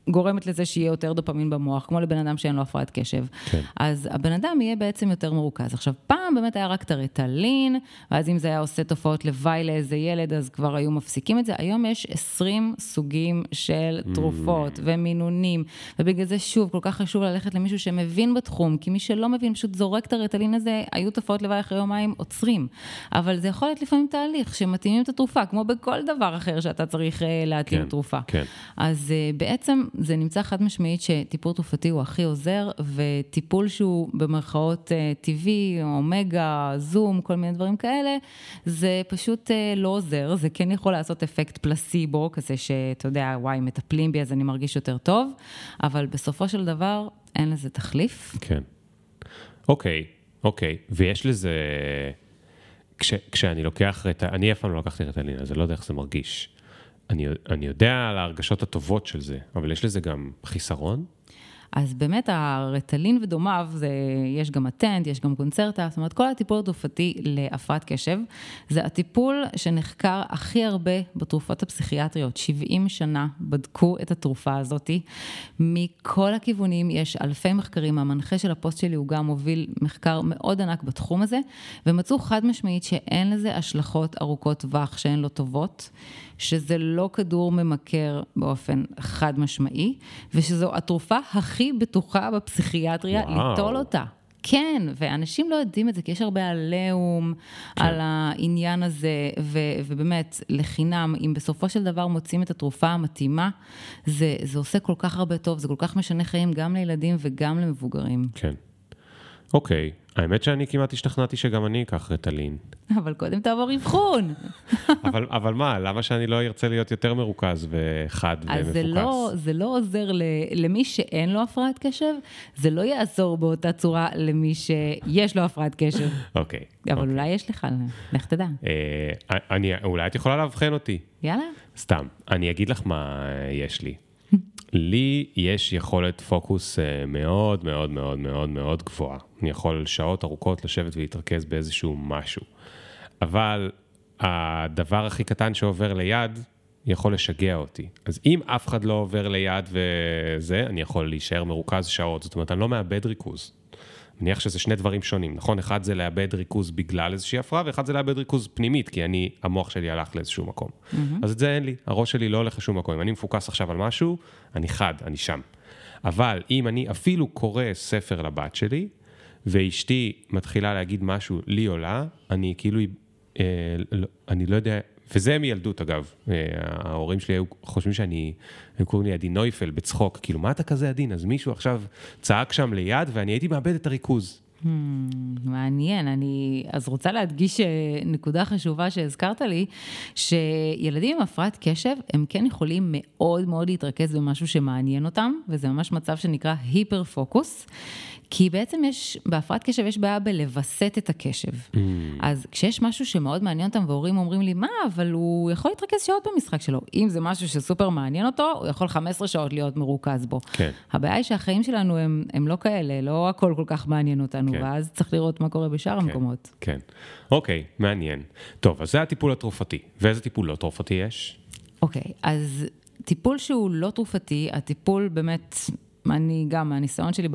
גורמת לזה שיהיה יותר דופמין במוח, כמו לבן אדם שאין לו הפרעת קשב. כן. אז הבן אדם יהיה בעצם יותר מרוכז. עכשיו, פעם באמת היה רק את הריטלין, ואז אם זה היה עושה תופעות לוואי לאיזה ילד, אז כבר היו מפסיקים את זה. היום יש 20 סוגים של תרופות ומינונים, ובגלל זה שוב, כל כך חשוב ללכת למישהו שמבין בתחום, כי מי שלא מבין, פשוט זורק את הריטלין הזה, היו תופעות לוואי אחרי יומיים, עוצרים. אבל זה יכול להיות לפעמים תהליך שמתאימים את התרופה, כמו בכל דבר אחר שאתה צריך להתאים תרופה. כן. אז בעצם זה נמצא חד משמעית שטיפול תרופתי הוא הכי עוזר, וטיפול שהוא במרכאות טבעי, אומגה, זום, כל מיני דברים כאלה, זה פשוט לא עוזר, זה כן יכול לעשות אפקט פלסיבו, כזה שאתה יודע, וואי, מטפלים בי, אז אני מרגיש יותר טוב, אבל בסופו של דבר אין לזה תחליף. כן. אוקיי. ויש לזה, כשאני לוקח, אני אף פעם לא לקחתי ריטלין, אז אני לא יודע איך זה מרגיש. אני יודע על ההרגשות הטובות של זה, אבל יש לזה גם חיסרון? אז באמת הרטלין ודומיו, יש גם אטנט, יש גם קונצרטה, זאת אומרת, כל הטיפול התרופתי להפרעת קשב, זה הטיפול שנחקר הכי הרבה בתרופות הפסיכיאטריות. 70 שנה בדקו את התרופה הזאת. מכל הכיוונים יש אלפי מחקרים, המנחה של הפוסט שלי הוא גם מוביל מחקר מאוד ענק בתחום הזה, ומצאו חד משמעית שאין לזה השלכות ארוכות טווח שהן לא טובות, שזה לא כדור ממכר באופן חד משמעי, ושזו התרופה הכי בטוחה בפסיכיאטריה ליטול אותה. כן, ואנשים לא יודעים את זה, כי יש הרבה עליהום על העניין הזה, ובאמת, לחינם, אם בסופו של דבר מוצאים את התרופה המתאימה, זה עושה כל כך הרבה טוב, זה כל כך משנה חיים גם לילדים וגם למבוגרים. כן. אוקיי. האמת שאני כמעט השתכנעתי שגם אני אקח ריטלין. אבל קודם תעבור אבחון. אבל מה? למה שאני לא ארצה להיות יותר מרוכז וחד ומפוקס? אז זה לא עוזר למי שאין לו הפרעת קשב, זה לא יעזור באותה צורה למי שיש לו הפרעת קשב. אוקיי. אבל אולי יש לך, לך תדע. אולי את יכולה להבחן אותי. יאללה. סתם. אני אגיד לך מה יש לי. לי יש יכולת פוקוס מאוד מאוד מאוד מאוד מאוד גבוהה. אני יכול שעות ארוכות לשבת ולהתרכז באיזשהו משהו. אבל הדבר הכי קטן שעובר ליד יכול לשגע אותי. אז אם אף אחד לא עובר ליד וזה, אני יכול להישאר מרוכז שעות. זאת אומרת, אני לא מאבד ריכוז. מניח שזה שני דברים שונים, נכון? אחד זה לאבד ריכוז בגלל איזושהי הפרעה, ואחד זה לאבד ריכוז פנימית, כי המוח שלי הלך לאיזשהו מקום. אז את זה אין לי, הראש שלי לא הולך לשום מקום. אם אני מפוקס עכשיו על משהו, אני חד, אני שם. אבל אם אני אפילו קורא ספר לבת שלי, ואשתי מתחילה להגיד משהו לי או לה, אני כאילו, אני לא יודע, וזה מילדות אגב, ההורים שלי חושבים הם קוראים לי עדין נויפל בצחוק, כאילו מה אתה כזה עדין? אז מישהו עכשיו צעק שם ליד ואני הייתי מאבד את הריכוז. מעניין, אני אז רוצה להדגיש נקודה חשובה שהזכרת לי, שילדים עם הפרעת קשב הם כן יכולים מאוד מאוד להתרכז במשהו שמעניין אותם, וזה ממש מצב שנקרא היפר פוקוס, כי בעצם בהפרעת קשב יש בעיה בלווסת את הקשב. אז כשיש משהו שמאוד מעניין אותם, והורים אומרים לי, מה, אבל הוא יכול להתרכז שעות במשחק שלו. אם זה משהו שסופר מעניין אותו, הוא יכול 15 שעות להיות מרוכז בו. כן. הבעיה היא שהחיים שלנו הם לא כאלה, לא הכל כל כך מעניין אותנו, כן. ואז צריך לראות מה קורה בשאר המקומות. כן. אוקיי, מעניין. טוב, אז זה הטיפול התרופתי. ואיזה טיפול לא תרופתי יש? אוקיי, אז טיפול שהוא לא תרופתי, הטיפול באמת, אני גם, מהניסיון שלי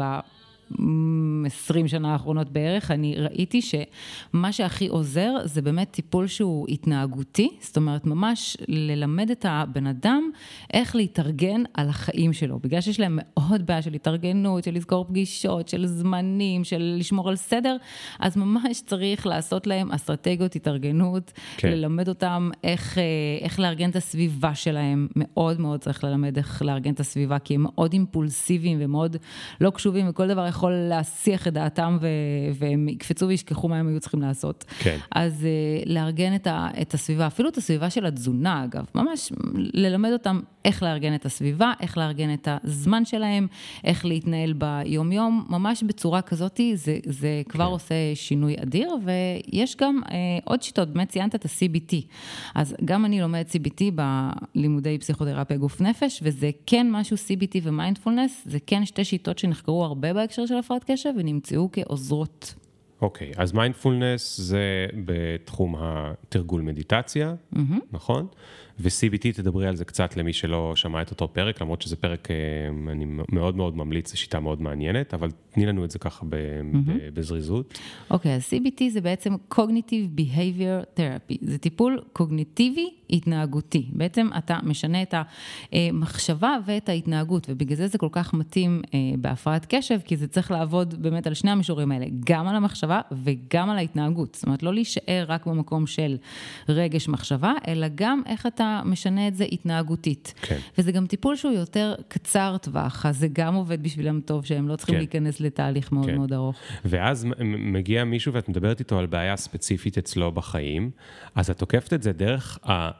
20 שנה האחרונות בערך, אני ראיתי שמה שהכי עוזר זה באמת טיפול שהוא התנהגותי, זאת אומרת ממש ללמד את הבן אדם איך להתארגן על החיים שלו, בגלל שיש להם מאוד בעיה של התארגנות, של לזכור פגישות, של זמנים, של לשמור על סדר, אז ממש צריך לעשות להם אסטרטגיות התארגנות, כן. ללמד אותם איך לארגן את הסביבה שלהם, מאוד מאוד צריך ללמד איך לארגן את הסביבה, כי הם מאוד אימפולסיביים ומאוד לא קשובים, וכל דבר יכול להסיח את דעתם והם יקפצו וישכחו מה הם היו צריכים לעשות. כן. אז לארגן את הסביבה, אפילו את הסביבה של התזונה, אגב, ממש ללמד אותם איך לארגן את הסביבה, איך לארגן את הזמן שלהם, איך להתנהל ביום-יום, ממש בצורה כזאת, זה כבר עושה שינוי אדיר, ויש גם עוד שיטות, באמת ציינת את ה-CBT. אז גם אני לומדת CBT בלימודי פסיכותרפיה גוף נפש, וזה כן משהו CBT ומיינדפולנס, זה כן שתי שיטות שנחקרו הרבה בהקשר של הפרעת קשב, ונמצאו כעוזרות. אוקיי, אז מיינדפולנס זה בתחום התרגול מדיטציה, נכון? ו-CBT תדברי על זה קצת למי שלא שמע את אותו פרק, למרות שזה פרק, אני מאוד מאוד ממליץ, זו שיטה מאוד מעניינת, אבל תני לנו את זה ככה בזריזות. אוקיי, אז CBT זה בעצם Cognitive Behavior Therapy, זה טיפול קוגניטיבי התנהגותי. בעצם אתה משנה את המחשבה ואת ההתנהגות, ובגלל זה זה כל כך מתאים בהפרעת קשב, כי זה צריך לעבוד באמת על שני המישורים האלה, גם על המחשבה וגם על ההתנהגות. זאת אומרת, לא להישאר רק במקום של רגש מחשבה, אלא גם איך אתה משנה את זה התנהגותית. כן. וזה גם טיפול שהוא יותר קצר טווח, אז זה גם עובד בשבילם טוב, שהם לא צריכים להיכנס לתהליך מאוד מאוד ארוך. ואז מגיע מישהו ואת מדברת איתו על בעיה ספציפית אצלו בחיים, אז את תוקפת את זה דרך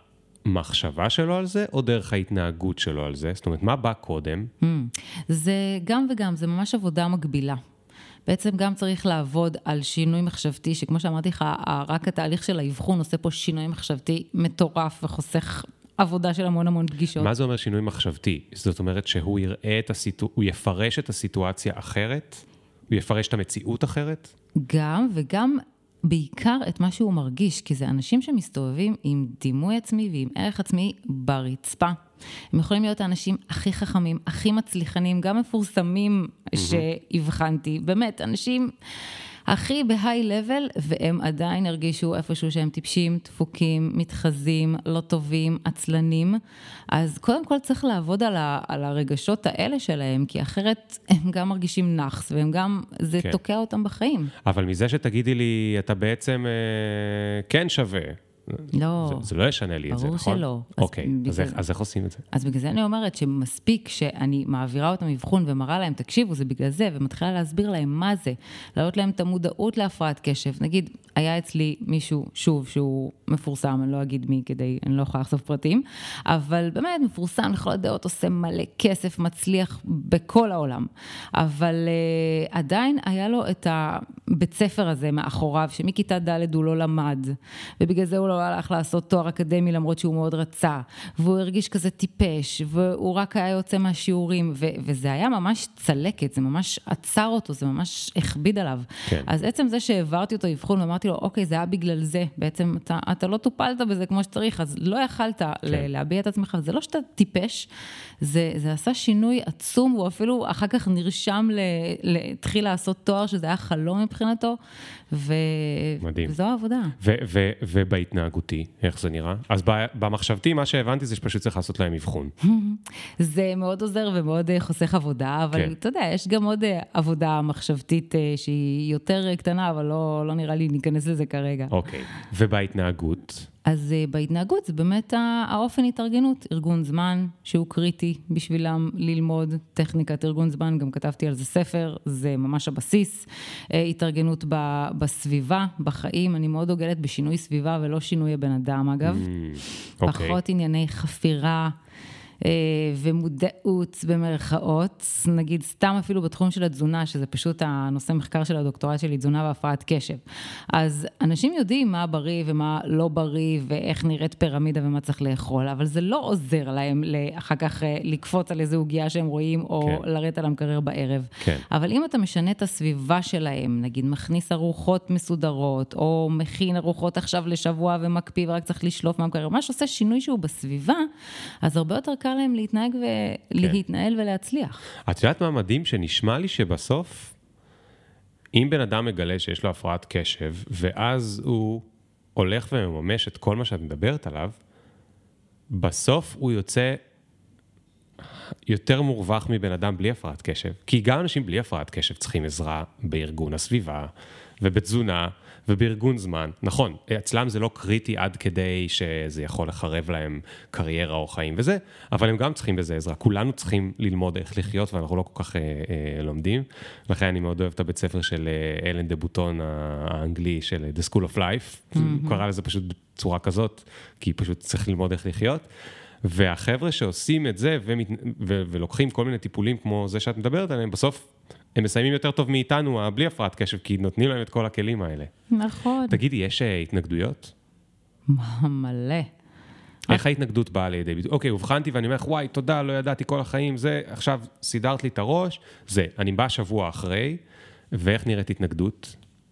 המחשבה שלו על זה, או דרך ההתנהגות שלו על זה? זאת אומרת, מה בא קודם? זה גם וגם, זה ממש עבודה מקבילה. בעצם גם צריך לעבוד על שינוי מחשבתי, שכמו שאמרתי לך, רק התהליך של האבחון עושה פה שינוי מחשבתי מטורף וחוסך עבודה של המון המון פגישות. מה זה אומר שינוי מחשבתי? זאת אומרת שהוא יראה הוא יפרש את הסיטואציה אחרת? הוא יפרש את המציאות אחרת? גם וגם בעיקר את מה שהוא מרגיש, כי זה אנשים שמסתובבים עם דימוי עצמי ועם ערך עצמי ברצפה. הם יכולים להיות האנשים הכי חכמים, הכי מצליחנים, גם מפורסמים שהבחנתי. באמת, אנשים הכי בהיי לבל, והם עדיין הרגישו איפשהו שהם טיפשים, דפוקים, מתחזים, לא טובים, עצלנים. אז קודם כל צריך לעבוד על הרגשות האלה שלהם, כי אחרת הם גם מרגישים נחס, והם גם, זה תוקע אותם בחיים. אבל מזה שתגידי לי, אתה בעצם כן שווה. לא. זה לא ישנה לי את זה, נכון? ברור שלא. אוקיי, אז איך עושים את זה? אז בגלל זה אני אומרת שמספיק שאני מעבירה אותם מבחון ומראה להם, תקשיבו, זה בגלל זה, ומתחילה להסביר להם מה זה, להעלות להם את המודעות להפרעת קשב. נגיד, היה אצלי מישהו, שוב, שהוא מפורסם, אני לא אגיד מי כדי, אני לא יכולה לחשוף פרטים, אבל באמת מפורסם לכל הדעות, עושה מלא כסף, מצליח בכל העולם. אבל עדיין היה לו את הבית ספר הזה מאחוריו, שמכיתה ד' הוא לא למד, ובגלל זה הוא לא הלך לעשות תואר אקדמי למרות שהוא מאוד רצה, והוא הרגיש כזה טיפש, והוא רק היה יוצא מהשיעורים, וזה היה ממש צלקת, זה ממש עצר אותו, זה ממש הכביד עליו. כן. אז עצם זה שהעברתי אותו אבחון, ואמרתי לו, אוקיי, זה היה בגלל זה, בעצם אתה לא טופלת בזה כמו שצריך, אז לא יכלת להביע את עצמך, זה לא שאתה טיפש, זה עשה שינוי עצום, הוא אפילו אחר כך נרשם להתחיל לעשות תואר, שזה היה חלום מבחינתו, וזו העבודה. ובהתנהגותי, איך זה נראה? אז במחשבתי, מה שהבנתי זה שפשוט צריך לעשות להם אבחון. זה מאוד עוזר ומאוד חוסך עבודה, אבל אתה יודע, יש גם עוד עבודה מחשבתית שהיא יותר קטנה, אבל לא נראה לי ניכנס לזה כרגע. אוקיי, ובהתנהגות? אז בהתנהגות זה באמת האופן התארגנות, ארגון זמן שהוא קריטי בשבילם ללמוד טכניקת ארגון זמן, גם כתבתי על זה ספר, זה ממש הבסיס, התארגנות בסביבה, בחיים, אני מאוד דוגלת בשינוי סביבה ולא שינוי הבן אדם אגב, פחות ענייני חפירה, ומודעות במרכאות, נגיד סתם אפילו בתחום של התזונה, שזה פשוט הנושא מחקר של הדוקטורט שלי, תזונה והפרעת קשב. אז אנשים יודעים מה בריא ומה לא בריא, ואיך נראית פירמידה ומה צריך לאכול, אבל זה לא עוזר להם אחר כך לקפוץ על איזו עוגיה שהם רואים, או לרדת על המקרר בערב. אבל אם אתה משנה את הסביבה שלהם, נגיד מכניס ארוחות מסודרות, או מכין ארוחות עכשיו לשבוע ומקפיא, ורק צריך לשלוף מהמקרר, מה שעושה שינוי שהוא בסביבה, אז הרבה יותר קל להם להתנהג ולהתנהל ולהצליח. את יודעת מה מדהים? שנשמע לי שבסוף, אם בן אדם מגלה שיש לו הפרעת קשב, ואז הוא הולך ומממש את כל מה שאת מדברת עליו, בסוף הוא יוצא יותר מורווח מבן אדם בלי הפרעת קשב. כי גם אנשים בלי הפרעת קשב צריכים עזרה בארגון הסביבה, ובתזונה, ובארגון זמן. נכון, אצלם זה לא קריטי עד כדי שזה יכול לחרב להם קריירה או חיים וזה, אבל הם גם צריכים בזה עזרה. כולנו צריכים ללמוד איך לחיות, ואנחנו לא כל כך לומדים. לכן אני מאוד אוהב את הבית ספר של אלן דה בוטון האנגלי, של The School of Life. הוא קרא לזה פשוט בצורה כזאת, כי פשוט צריך ללמוד איך לחיות. והחבר'ה שעושים את זה ולוקחים כל מיני טיפולים כמו זה שאת מדברת עליהם, בסוף הם מסיימים יותר טוב מאיתנו, בלי הפרעת קשב, כי נותנים להם את כל הכלים האלה. נכון. תגידי, יש התנגדויות? מלא. איך ההתנגדות באה לידי ביטוי? אוקיי, הובחנתי ואני אומר, וואי, תודה, לא ידעתי כל החיים, זה, עכשיו סידרת לי את הראש, זה, אני בא שבוע אחרי, ואיך נראית התנגדות?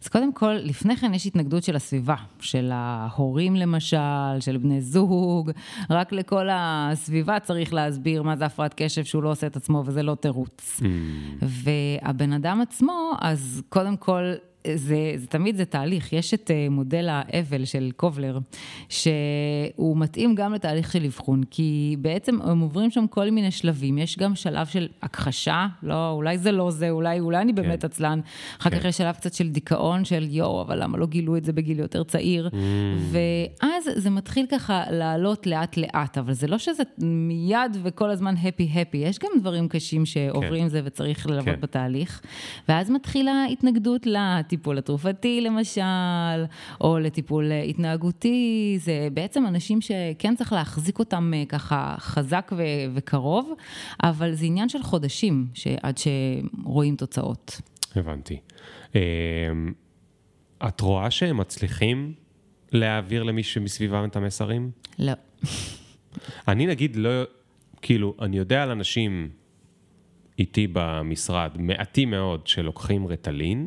אז קודם כל, לפני כן יש התנגדות של הסביבה, של ההורים למשל, של בני זוג, רק לכל הסביבה צריך להסביר מה זה הפרעת קשב שהוא לא עושה את עצמו, וזה לא תירוץ. והבן אדם עצמו, אז קודם כל, תמיד זה תהליך, יש את מודל האבל של קובלר, שהוא מתאים גם לתהליך של אבחון, כי בעצם הם עוברים שם כל מיני שלבים, יש גם שלב של הכחשה, לא, אולי זה לא זה, אולי אני באמת עצלן, אחר כך יש שלב קצת של דיכאון, של אבל למה לא גילו את זה בגיל יותר צעיר, ואז זה מתחיל ככה לעלות לאט לאט, אבל זה לא שזה מיד וכל הזמן הפי, יש גם דברים קשים שעוברים זה וצריך ללוות בתהליך, ואז מתחילה התנגדות לטיפול התרופתי למשל, או לטיפול התנהגותי, זה בעצם אנשים שכן צריך להחזיק אותם ככה חזק וקרוב, אבל זה עניין של חודשים עד שרואים תוצאות. הבנתי. את רואה שהם מצליחים להעביר למי שמסביבם את המסרים? לא. אני נגיד לא, כאילו, אני יודע על אנשים איתי במשרד, מעטים מאוד שלוקחים רטלין,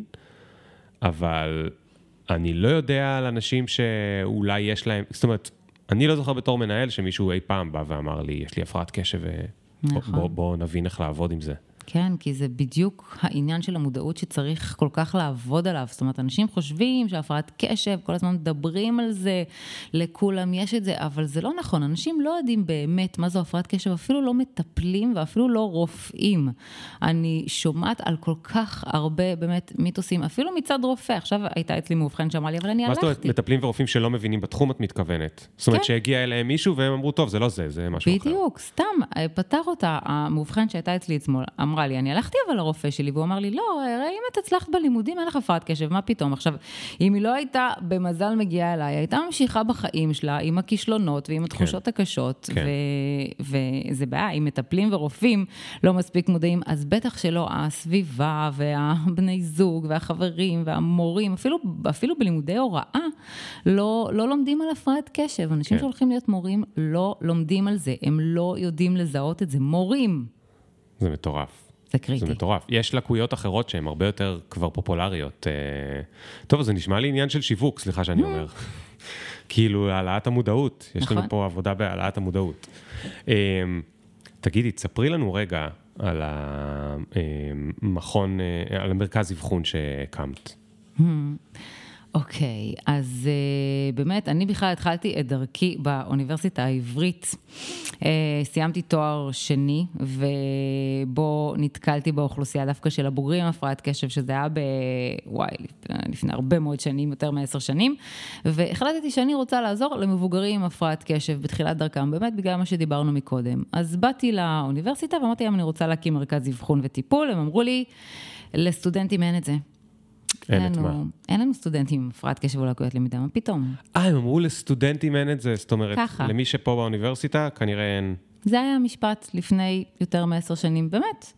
אבל אני לא יודע על אנשים שאולי יש להם, זאת אומרת, אני לא זוכר בתור מנהל שמישהו אי פעם בא ואמר לי, יש לי הפרעת קשב, בוא נבין איך לעבוד עם זה. כן, כי זה בדיוק העניין של המודעות שצריך כל כך לעבוד עליו. זאת אומרת, אנשים חושבים שהפרעת קשב, כל הזמן מדברים על זה, לכולם יש את זה, אבל זה לא נכון. אנשים לא יודעים באמת מה זו הפרעת קשב, אפילו לא מטפלים ואפילו לא רופאים. אני שומעת על כל כך הרבה באמת מיתוסים, אפילו מצד רופא. עכשיו הייתה אצלי מאובחן שאמרה לי, אבל אני הלכתי. מה זאת אומרת, מטפלים ורופאים שלא מבינים בתחום את מתכוונת? זאת אומרת, שהגיע אליהם מישהו והם אמרו, טוב, זה לא זה, זה משהו אחר. בדיוק, סתם, פתר אותה, המאובחן שהייתה אצלי אתמול, אמרה לי, אני הלכתי אבל לרופא שלי, והוא אמר לי, לא, אם את הצלחת בלימודים, אין לך הפרעת קשב, מה פתאום? עכשיו, אם היא לא הייתה במזל מגיעה אליי, היא הייתה ממשיכה בחיים שלה, עם הכישלונות ועם התחושות הקשות, וזה בעיה, אם מטפלים ורופאים לא מספיק מודעים, אז בטח שלא, הסביבה והבני זוג והחברים והמורים, אפילו בלימודי הוראה, לא לומדים על הפרעת קשב. אנשים שהולכים להיות מורים לא לומדים על זה, הם לא יודעים לזהות את זה. מורים. זה מטורף. זה קריטי. זה מטורף. יש לקויות אחרות שהן הרבה יותר כבר פופולריות. טוב, זה נשמע לי עניין של שיווק, סליחה שאני אומר. כאילו, העלאת המודעות. יש לנו פה עבודה בהעלאת המודעות. תגידי, תספרי לנו רגע על המכון, על המרכז אבחון שהקמת. אוקיי, אז באמת, אני בכלל התחלתי את דרכי באוניברסיטה העברית, סיימתי תואר שני, ובו נתקלתי באוכלוסייה דווקא של הבוגרים עם הפרעת קשב, שזה היה לפני הרבה מאוד שנים, יותר מ10 שנים, והחלטתי שאני רוצה לעזור למבוגרים עם הפרעת קשב בתחילת דרכם, באמת בגלל מה שדיברנו מקודם. אז באתי לאוניברסיטה ואמרתי להם, אני רוצה להקים מרכז אבחון וטיפול, הם אמרו לי, לסטודנטים אין את זה. אין לנו סטודנטים עם הפרעת קשב ולקויות למידה, מה פתאום? הם אמרו לסטודנטים אין את זה, זאת אומרת, למי שפה באוניברסיטה כנראה אין. זה היה משפט לפני יותר מ10 שנים, באמת.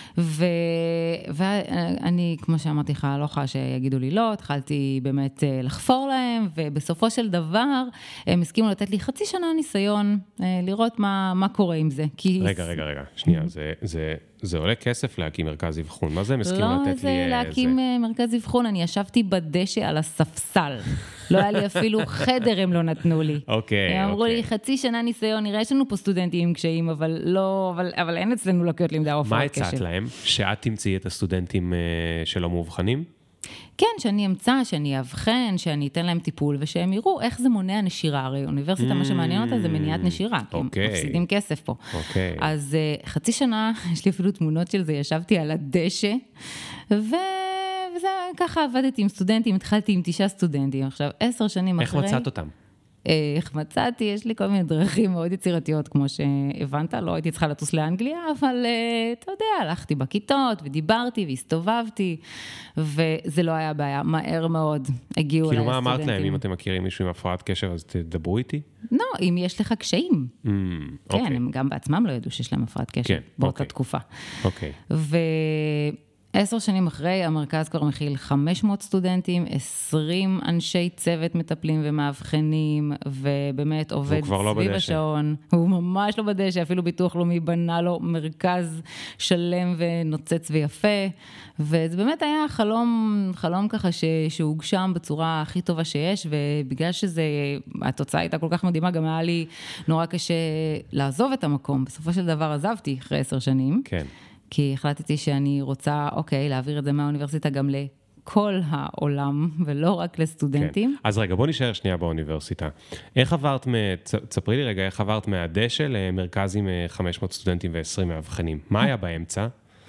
ואני, כמו שאמרתי לך, לא יכולה שיגידו לי לא, התחלתי באמת לחפור להם, ובסופו של דבר הם הסכימו לתת לי חצי שנה ניסיון, לראות מה קורה עם זה. רגע, שנייה, זה עולה כסף להקים מרכז אבחון, מה זה הם הסכימו לתת לי? לא, זה להקים מרכז אבחון, אני ישבתי בדשא על הספסל, לא היה לי אפילו חדר, הם לא נתנו לי. אוקיי. הם אמרו לי, חצי שנה ניסיון, נראה, יש לנו פה סטודנטים עם קשיים, אבל אין אצלנו לקויות למידה או הפרעת קשב. מה הצעת להם? שאת תמצאי את הסטודנטים שלא מאובחנים? כן, שאני אמצא, שאני אבחן, שאני אתן להם טיפול, ושהם יראו איך זה מונע נשירה. הרי אוניברסיטה, מה שמעניין אותה זה מניעת נשירה, כי הם מפסידים כסף פה. אז חצי שנה, יש לי אפילו תמונות של זה, ישבתי על הדשא, וזה ככה עבדתי עם סטודנטים, התחלתי עם 9 סטודנטים, עכשיו 10 שנים אחרי. איך מצאת אותם? איך מצאתי, יש לי כל מיני דרכים מאוד יצירתיות, כמו שהבנת, לא הייתי צריכה לטוס לאנגליה, אבל אתה יודע, הלכתי בכיתות ודיברתי והסתובבתי, וזה לא היה בעיה, מהר מאוד הגיעו אליי הסטודנטים. כאילו מה אמרת להם, אם אתם מכירים מישהו עם הפרעת קשב, אז תדברו איתי? לא, אם יש לך קשיים. כן, הם גם בעצמם לא ידעו שיש להם הפרעת קשב באותה תקופה. אוקיי. 10 שנים אחרי, המרכז כבר מכיל 500 סטודנטים, 20 אנשי צוות מטפלים ומאבחנים, ובאמת עובד סביב השעון. הוא ממש לא בדשא, אפילו ביטוח לאומי בנה לו מרכז שלם ונוצץ ויפה, וזה באמת היה חלום ככה שהוגשם בצורה הכי טובה שיש, ובגלל התוצאה הייתה כל כך מדהימה, גם היה לי נורא קשה לעזוב את המקום. בסופו של דבר עזבתי אחרי 10 שנים. כן. כי החלטתי שאני רוצה, להעביר את זה מהאוניברסיטה גם לכל העולם, ולא רק לסטודנטים. כן. אז רגע, בוא נשאר שנייה באוניברסיטה. איך עברת, תספרי לי רגע, איך עברת מהדשא למרכז עם 500 סטודנטים ו20 מאבחנים? מה היה באמצע?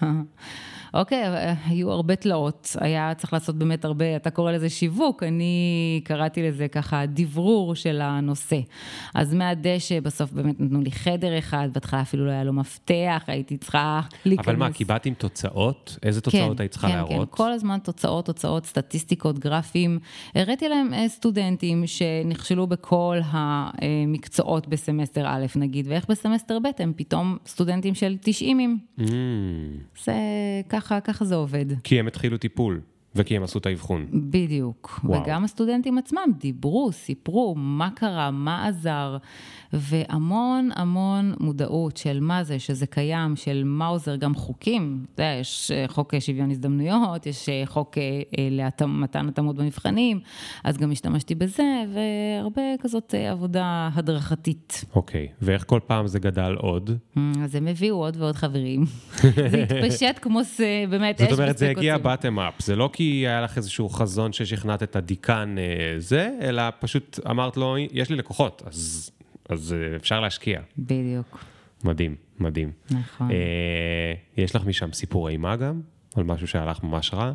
היו הרבה תלאות, היה צריך לעשות באמת הרבה, אתה קורא לזה שיווק, אני קראתי לזה ככה דברור של הנושא. אז מהדשא בסוף באמת נתנו לי חדר אחד, בהתחלה אפילו לא היה לו מפתח, הייתי צריכה להיכנס. אבל מה, קיבלת עם תוצאות? איזה תוצאות היית צריכה להראות? כן, כל הזמן תוצאות, סטטיסטיקות, גרפים. הראיתי להם סטודנטים שנכשלו בכל המקצועות בסמסטר א' נגיד, ואיך בסמסטר ב' הם פתאום סטודנטים של 90. זה ככה זה עובד. כי הם התחילו טיפול, וכי הם עשו את האבחון. בדיוק. וואו. וגם הסטודנטים עצמם דיברו, סיפרו מה קרה, מה עזר, והמון מודעות של מה זה, שזה קיים, של מה עוזר, גם חוקים. יש חוק שוויון הזדמנויות, יש חוק למתן התאמות במבחנים, אז גם השתמשתי בזה, והרבה כזאת עבודה הדרכתית. אוקיי, ואיך כל פעם זה גדל עוד? אז הם הביאו עוד ועוד חברים. זה התפשט כמו באמת זאת אומרת, זה הגיע bottom up, זה לא כי היה לך איזשהו חזון ששכנעת את הדיקן זה, אלא פשוט אמרת לו, יש לי לקוחות, אז אפשר להשקיע. בדיוק. מדהים. נכון. יש לך משם סיפור אימה גם? על משהו שהלך ממש רע?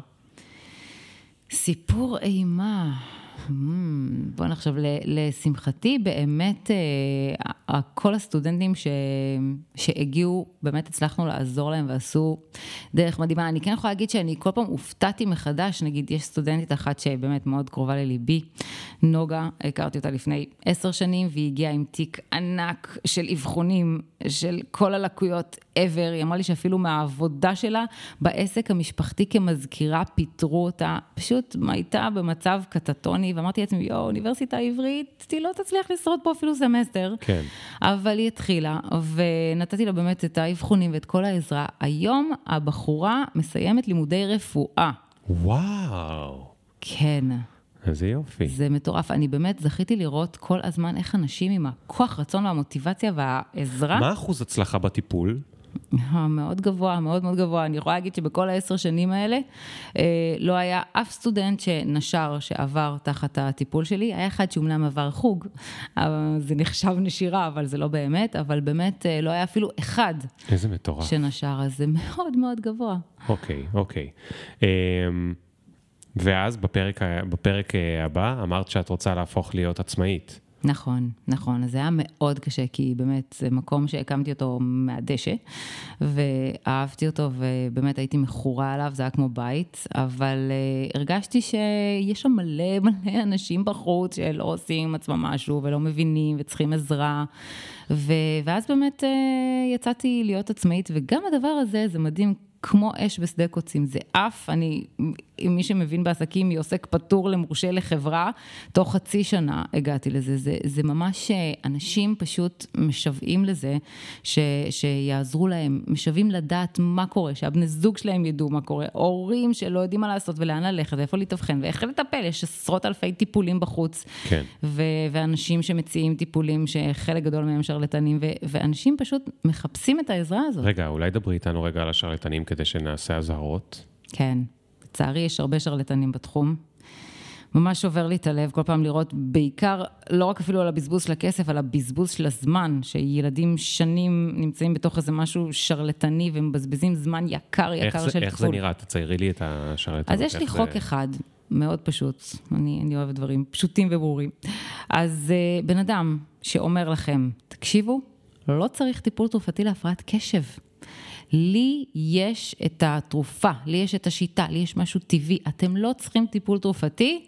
סיפור אימה. בוא נחשב, לשמחתי באמת כל הסטודנטים שהגיעו, באמת הצלחנו לעזור להם ועשו דרך מדהימה. אני כן יכולה להגיד שאני כל פעם הופתעתי מחדש, נגיד יש סטודנטית אחת שבאמת מאוד קרובה לליבי, נוגה, הכרתי אותה לפני 10 שנים, והיא הגיעה עם תיק ענק של אבחונים, של כל הלקויות ever, היא אמרה לי שאפילו מהעבודה שלה, בעסק המשפחתי כמזכירה, פיתרו אותה, פשוט הייתה במצב קטטוני, ואמרתי לעצמי, אוניברסיטה העברית, היא לא תצליח לשרוד פה אפילו סמסטר, כן. אבל היא התחילה, ונתתי לה באמת את האבחונים ואת כל העזרה. היום הבחורה מסיימת לימודי רפואה. וואו. כן. איזה יופי. זה מטורף. אני באמת זכיתי לראות כל הזמן איך אנשים עם הכוח רצון והמוטיבציה והעזרה. מה אחוז הצלחה בטיפול? מאוד גבוה, מאוד גבוה. אני יכולה להגיד שבכל 10 שנים האלה, לא היה אף סטודנט שנשר, שעבר תחת הטיפול שלי. היה אחד שאומנם עבר חוג, זה נחשב נשירה, אבל זה לא באמת, אבל באמת לא היה אפילו אחד. איזה מטורף. שנשר, אז זה מאוד גבוה. אוקיי. ואז בפרק הבא אמרת שאת רוצה להפוך להיות עצמאית. נכון. אז זה היה מאוד קשה, כי באמת זה מקום שהקמתי אותו מהדשא, ואהבתי אותו, ובאמת הייתי מכורה עליו, זה היה כמו בית, אבל הרגשתי שיש שם מלא אנשים בחוץ, שלא עושים עצמם משהו, ולא מבינים, וצריכים עזרה, ואז באמת יצאתי להיות עצמאית, וגם הדבר הזה, זה מדהים, כמו אש בשדה קוצים, זה אף, מי שמבין בעסקים, מעוסק פטור למורשה לחברה, תוך חצי שנה הגעתי לזה, זה ממש אנשים פשוט משוועים לזה, שיעזרו להם, משוועים לדעת מה קורה, שהבני זוג שלהם ידעו מה קורה, הורים שלא יודעים מה לעשות ולאן ללכת, ואיפה להתאבחן, ואיך לטפל, יש עשרות אלפי טיפולים בחוץ, כן. ואנשים שמציעים טיפולים שחלק גדול מהם שרלטנים, ואנשים פשוט מחפשים את העזרה הזאת. רגע, אולי דברי איתנו רגע על השרלטנים כדי שנעשה הזהרות. כן, לצערי יש הרבה שרלטנים בתחום. ממש עובר לי את הלב כל פעם לראות בעיקר, לא רק אפילו על הבזבוז של הכסף, על הבזבוז של הזמן, שילדים שנים נמצאים בתוך איזה משהו שרלטני, ומבזבזים זמן יקר של טיפול. איך זה נראה? תציירי לי את השרלטנות. אז יש לי חוק אחד, מאוד פשוט, אני אוהבת דברים פשוטים וברורים. אז בן אדם שאומר לכם, תקשיבו, לא צריך טיפול תרופתי להפרעת קשב. לי יש את התרופה, לי יש את השיטה, לי יש משהו טבעי, אתם לא צריכים טיפול תרופתי,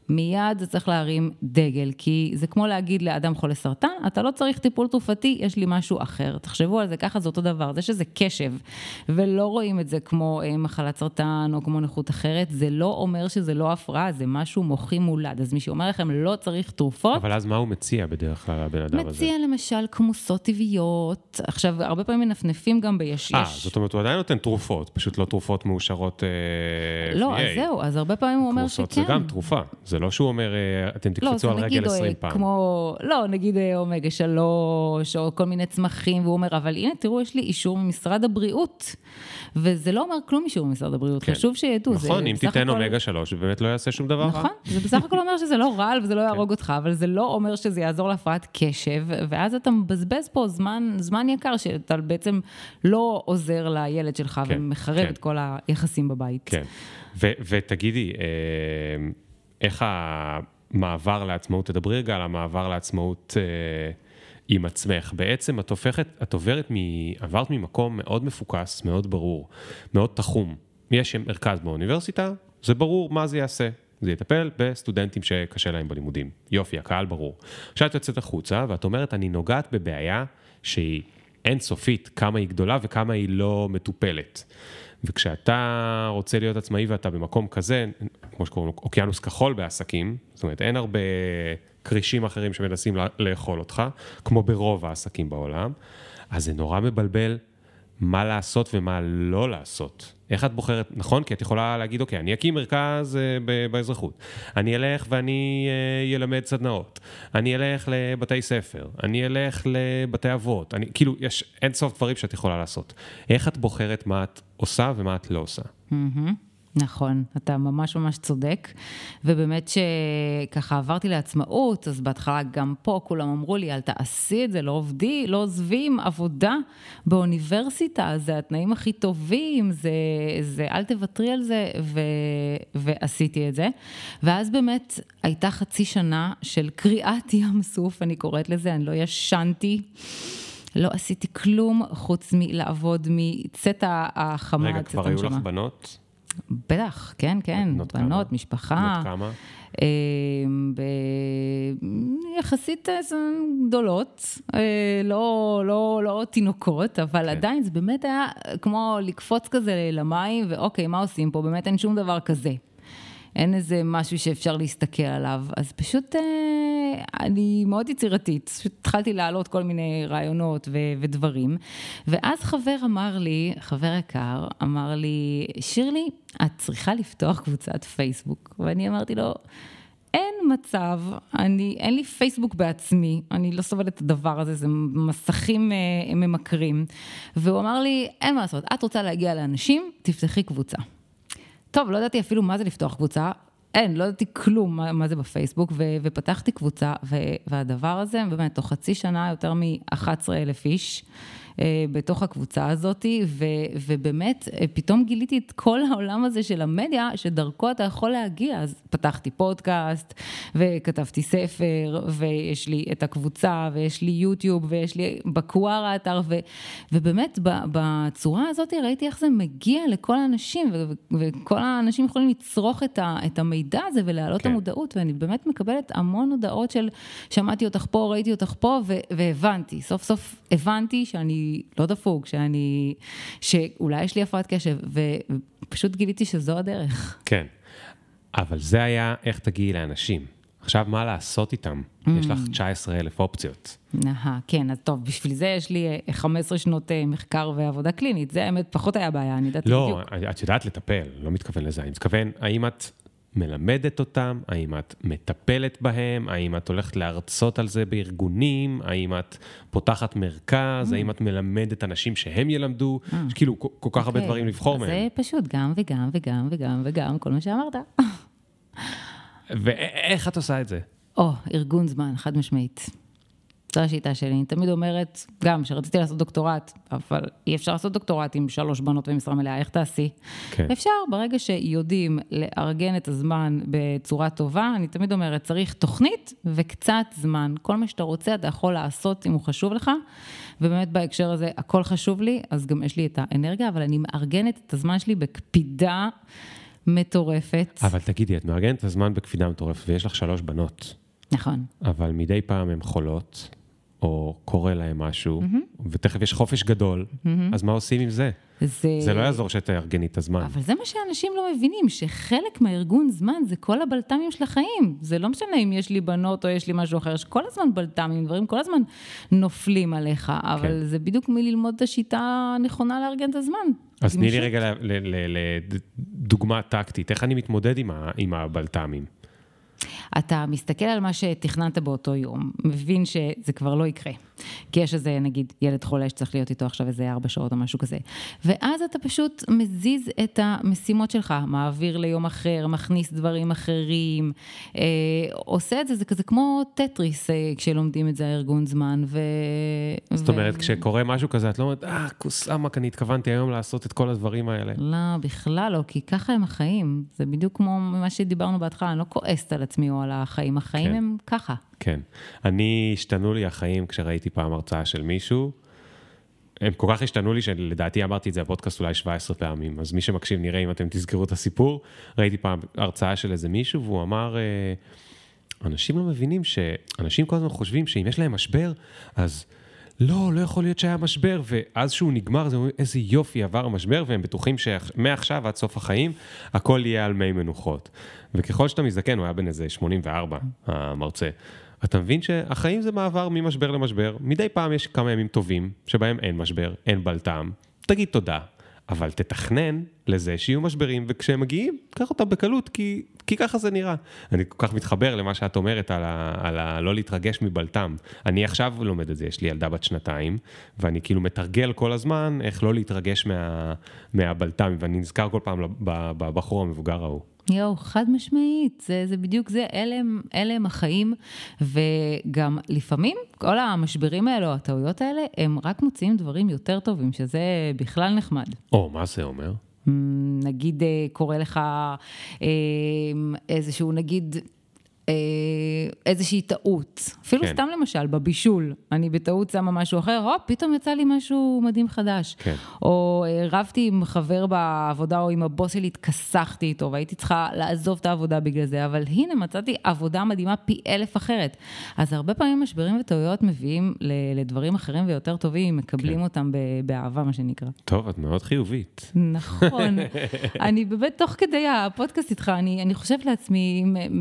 מיד זה צריך להרים דגל, כי זה כמו להגיד לאדם חולה סרטן, אתה לא צריך טיפול תרופתי, יש לי משהו אחר. תחשבו על זה, ככה זה אותו דבר, זה שזה קשב, ולא רואים את זה כמו מחלת סרטן או כמו נכות אחרת, זה לא אומר שזה לא הפרעה, זה משהו מוחי מולד. אז מי שאומר לכם לא צריך תרופות. אבל אז מה הוא מציע בדרך כלל לבן אדם הזה? מציע למשל כמוסות טבעיות, עכשיו הרבה פעמים מנפנפים גם ביש. זאת אומרת, הוא עדיין נותן תרופות, פשוט לא תרופות מאושרות לא, אז זהו, אז הרבה פעמים הוא אומר שכן. כמוסות זה גם תרופה, זה לא שהוא אומר, אתם תקפצו על רגל 20 פעם. לא, נגיד אומגה 3, או כל מיני צמחים, והוא אומר, אבל הנה, תראו, יש לי אישור ממשרד הבריאות, וזה לא אומר כלום אישור ממשרד הבריאות, חשוב שידעו. נכון, אם תיתן אומגה 3, זה באמת לא יעשה שום דבר רע. נכון, זה בסך הכל אומר שזה לא רע, וזה לא יהרוג אותך, אבל זה לא אומר שזה יעזור להפרעת קשב, ואז אתה מבזבז פה זמן יקר, שאתה בעצם לא עוזר לילד שלך, ומחרב את כל היחסים בבית. כן, ותגידי, איך המעבר לעצמאות, תדברי רגע על המעבר לעצמאות עם עצמך. בעצם עברת ממקום מאוד מפוקס, מאוד ברור, מאוד תחום. יש מרכז באוניברסיטה, זה ברור מה זה יעשה. זה יטפל בסטודנטים שקשה להם בלימודים. יופי, הקהל ברור. עכשיו את יוצאת החוצה, ואת אומרת, אני נוגעת בבעיה שהיא אינסופית, כמה היא גדולה וכמה היא לא מטופלת. וכשאתה רוצה להיות עצמאי ואתה במקום כזה, כמו שקוראים לו, אוקיינוס כחול בעסקים, זאת אומרת, אין הרבה קרישים אחרים שמנסים לאכול אותך, כמו ברוב העסקים בעולם, אז זה נורא מבלבל מה לעשות ומה לא לעשות. איך את בוחרת? נכון, כי את יכולה להגיד, אוקיי, אני אקים מרכז באזרחות, אני אלך ואני ילמד סדנאות, אני אלך לבתי ספר, אני אלך לבתי אבות, כאילו, יש אין סוף דברים שאת יכולה לעשות. איך את בוחרת מה את עושה ומה את לא עושה? נכון, אתה ממש ממש צודק, ובאמת שככה עברתי לעצמאות, אז בהתחלה גם פה כולם אמרו לי, אל תעשי את זה, לא עוזבים עבודה באוניברסיטה, זה התנאים הכי טובים, זה אל תוותרי על זה, ועשיתי את זה. ואז באמת הייתה חצי שנה של קריאת ים סוף, אני קוראת לזה, אני לא ישנתי, לא עשיתי כלום חוץ מלעבוד מצאת החמה. רגע, כבר היו לך בנות? בטח, כן, בנות, משפחה. בנות כמה? יחסית גדולות, לא תינוקות, אבל עדיין זה באמת היה כמו לקפוץ כזה למים, ואוקיי, מה עושים פה? באמת אין שום דבר כזה. אין איזה משהו שאפשר להסתכל עליו, אז פשוט אני מאוד יצירתית, פשוט התחלתי להעלות כל מיני רעיונות ודברים, ואז חבר יקר אמר לי, שירלי, את צריכה לפתוח קבוצת פייסבוק, ואני אמרתי לו, אין מצב, אין לי פייסבוק בעצמי, אני לא סובלת את הדבר הזה, זה מסכים ממכרים, והוא אמר לי, אין מה לעשות, את רוצה להגיע לאנשים, תפתחי קבוצה. טוב, לא ידעתי אפילו מה זה לפתוח קבוצה, לא ידעתי כלום מה זה בפייסבוק, ופתחתי קבוצה, והדבר הזה, באמת, תוך חצי שנה יותר מ-11,000 איש, בתוך הקבוצה הזאת, ובאמת, פתאום גיליתי את כל העולם הזה של המדיה, שדרכו אתה יכול להגיע, אז פתחתי פודקאסט, וכתבתי ספר, ויש לי את הקבוצה, ויש לי יוטיוב, ויש לי בקואר האתר, ובאמת, בצורה הזאת ראיתי איך זה מגיע לכל האנשים, וכל האנשים יכולים לצרוך את המידע הזה, ולהעלות את המודעות, ואני באמת מקבלת המון הודעות של, שמעתי אותך פה, ראיתי אותך פה, והבנתי, סוף סוף הבנתי שאני לא דפוק, שאולי יש לי הפרעת קשב, ופשוט גיליתי שזו הדרך. כן, אבל זה היה איך תגיעי לאנשים. עכשיו מה לעשות איתם? יש לך 19,000 אופציות. כן, אז טוב, בשביל זה יש לי 15 שנות מחקר ועבודה קלינית, זה האמת פחות היה בעיה, אני יודעת לא, את יודעת לטפל, לא מתכוון לזה, אני מתכוון, האם את מלמדת אותם, האם את מטפלת בהם, האם את הולכת להרצות על זה בארגונים, האם את פותחת מרכז, האם את מלמדת אנשים שהם ילמדו, יש כאילו כל כך הרבה דברים לבחור מהם. זה פשוט גם וגם וגם וגם וגם, כל מה שאמרת. ואיך את עושה את זה? ארגון זמן, חד משמעית. זו השיטה שלי, אני תמיד אומרת, גם שרציתי לעשות דוקטורט, אבל אי אפשר לעשות דוקטורט עם 3 בנות ומשרה מלאה, איך תעשי? כן. אפשר, ברגע שיודעים לארגן את הזמן בצורה טובה, אני תמיד אומרת, צריך תוכנית וקצת זמן. כל מה שאתה רוצה, אתה יכול לעשות אם הוא חשוב לך, ובאמת בהקשר הזה, הכל חשוב לי, אז גם יש לי את האנרגיה, אבל אני מארגנת את הזמן שלי בקפידה מטורפת. אבל תגידי, את מארגנת את הזמן בקפידה מטורפת, ויש לך 3 בנות. נכון. אבל מדי פעם הן חולות, או קורה להן משהו, ותכף יש חופש גדול, אז מה עושים עם זה? זה לא יעזור שתארגני את הזמן. אבל זה מה שאנשים לא מבינים, שחלק מהארגון זמן זה כל הבלת"מים של החיים. זה לא משנה אם יש לי בנות או יש לי משהו אחר, שכל הזמן בלת"מים, דברים כל הזמן נופלים עליך, אבל זה בדיוק מללמוד את השיטה הנכונה לארגן את הזמן. אז תני לי רגע לדוגמה טקטית, איך אני מתמודד עם הבלת"מים? אתה מסתכל על מה שתכננת באותו יום, מבין שזה כבר לא יקרה. כי יש איזה, נגיד, ילד חולה שצריך להיות איתו עכשיו איזה 4 שעות או משהו כזה. ואז אתה פשוט מזיז את המשימות שלך, מעביר ליום אחר, מכניס דברים אחרים, עושה את זה, זה כזה כמו טטריס, כשלומדים את זה הארגון זמן. זאת אומרת, כשקורה משהו כזה, את לא אומרת, כוס עמק, אני התכוונתי היום לעשות את כל הדברים האלה. לא, בכלל לא, כי ככה הם החיים. זה בדיוק כמו מה שדיברנו בהתחלה, אני לא כועסת על עצמי או על החיים. החיים הם ככה. כן. השתנו לי החיים כשראיתי פעם הרצאה של מישהו. הם כל כך השתנו לי שלדעתי אמרתי את זה בפודקאסט אולי 17 פעמים. אז מי שמקשיב נראה אם אתם תזכרו את הסיפור. ראיתי פעם הרצאה של איזה מישהו והוא אמר, אנשים לא מבינים שאנשים כל הזמן חושבים שאם יש להם משבר, אז לא יכול להיות שהיה משבר. ואז שהוא נגמר, זה אומר איזה יופי עבר המשבר, והם בטוחים שמעכשיו עד סוף החיים, הכל יהיה על מי מנוחות. וככל שאתה מזדקן, הוא היה בן איזה 84, המרצה. אתה מבין שהחיים זה מעבר ממשבר למשבר, מדי פעם יש כמה ימים טובים, שבהם אין משבר, אין בלטעם, תגיד תודה, אבל תתכנן לזה שיהיו משברים, וכשהם מגיעים, קח אותם בקלות, כי ככה זה נראה. אני כל כך מתחבר למה שאת אומרת על לא להתרגש מבלטעם. אני עכשיו לומד את זה, יש לי ילדה בת 2, ואני כאילו מתרגל כל הזמן איך לא להתרגש מהבלטעם, ואני נזכר כל פעם בבחור המבוגר ההוא. חד משמעית, זה בדיוק זה, אלה הם החיים, וגם לפעמים כל המשברים האלו, הטעויות האלה, הם רק מוציאים דברים יותר טובים, שזה בכלל נחמד. מה זה אומר? נגיד קורא לך איזשהו, נגיד, איזושהי טעות. אפילו כן. סתם למשל, בבישול, אני בטעות שמה משהו אחר, פתאום יצא לי משהו מדהים חדש. כן. או רבתי עם חבר בעבודה, או עם הבוס שלי, התכסחתי איתו, והייתי צריכה לעזוב את העבודה בגלל זה, אבל הנה מצאתי עבודה מדהימה פי 1000 אחרת. אז הרבה פעמים משברים וטעויות מביאים לדברים אחרים ויותר טובים, מקבלים אותם באהבה, מה שנקרא. טוב, את מאוד חיובית. נכון. אני באמת, תוך כדי הפודקאסט איתך, אני חושבת לעצמי,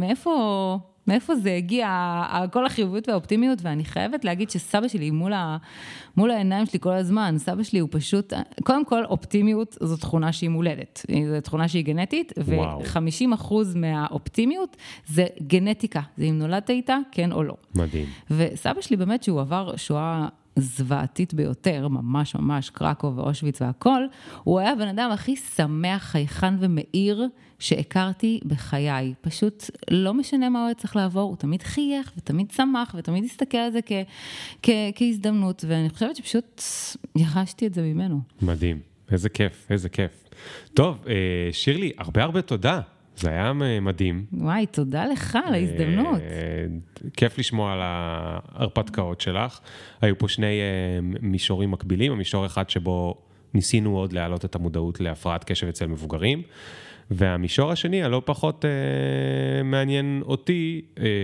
מאיפה זה הגיע, כל החיוביות והאופטימיות, ואני חייבת להגיד שסבא שלי מול העיניים שלי כל הזמן, סבא שלי הוא פשוט, קודם כל אופטימיות זו תכונה שהיא מולדת, זו תכונה שהיא גנטית, ו50% מהאופטימיות זה גנטיקה, זה אם נולדת איתה, כן או לא. מדהים. וסבא שלי באמת שהוא עבר שואה זוועתית ביותר, ממש ממש קרקוב ואושוויץ והכל, הוא היה בן אדם הכי שמח, חייכן ומאיר שהכרתי בחיי. פשוט לא משנה מה הוא צריך לעבור, הוא תמיד חייך ותמיד שמח ותמיד הסתכל על זה כהזדמנות, ואני חושבת שפשוט יחשתי את זה ממנו. מדהים, איזה כיף, איזה כיף. טוב, שירלי, הרבה תודה. זה היה מדהים. וואי, תודה לך על ההזדמנות. כיף לשמוע על ההרפתקאות שלך. היו פה 2 מישורים מקבילים, המישור אחד שבו ניסינו עוד להעלות את המודעות להפרעת קשב אצל מבוגרים, והמישור השני, הלא פחות מעניין אותי,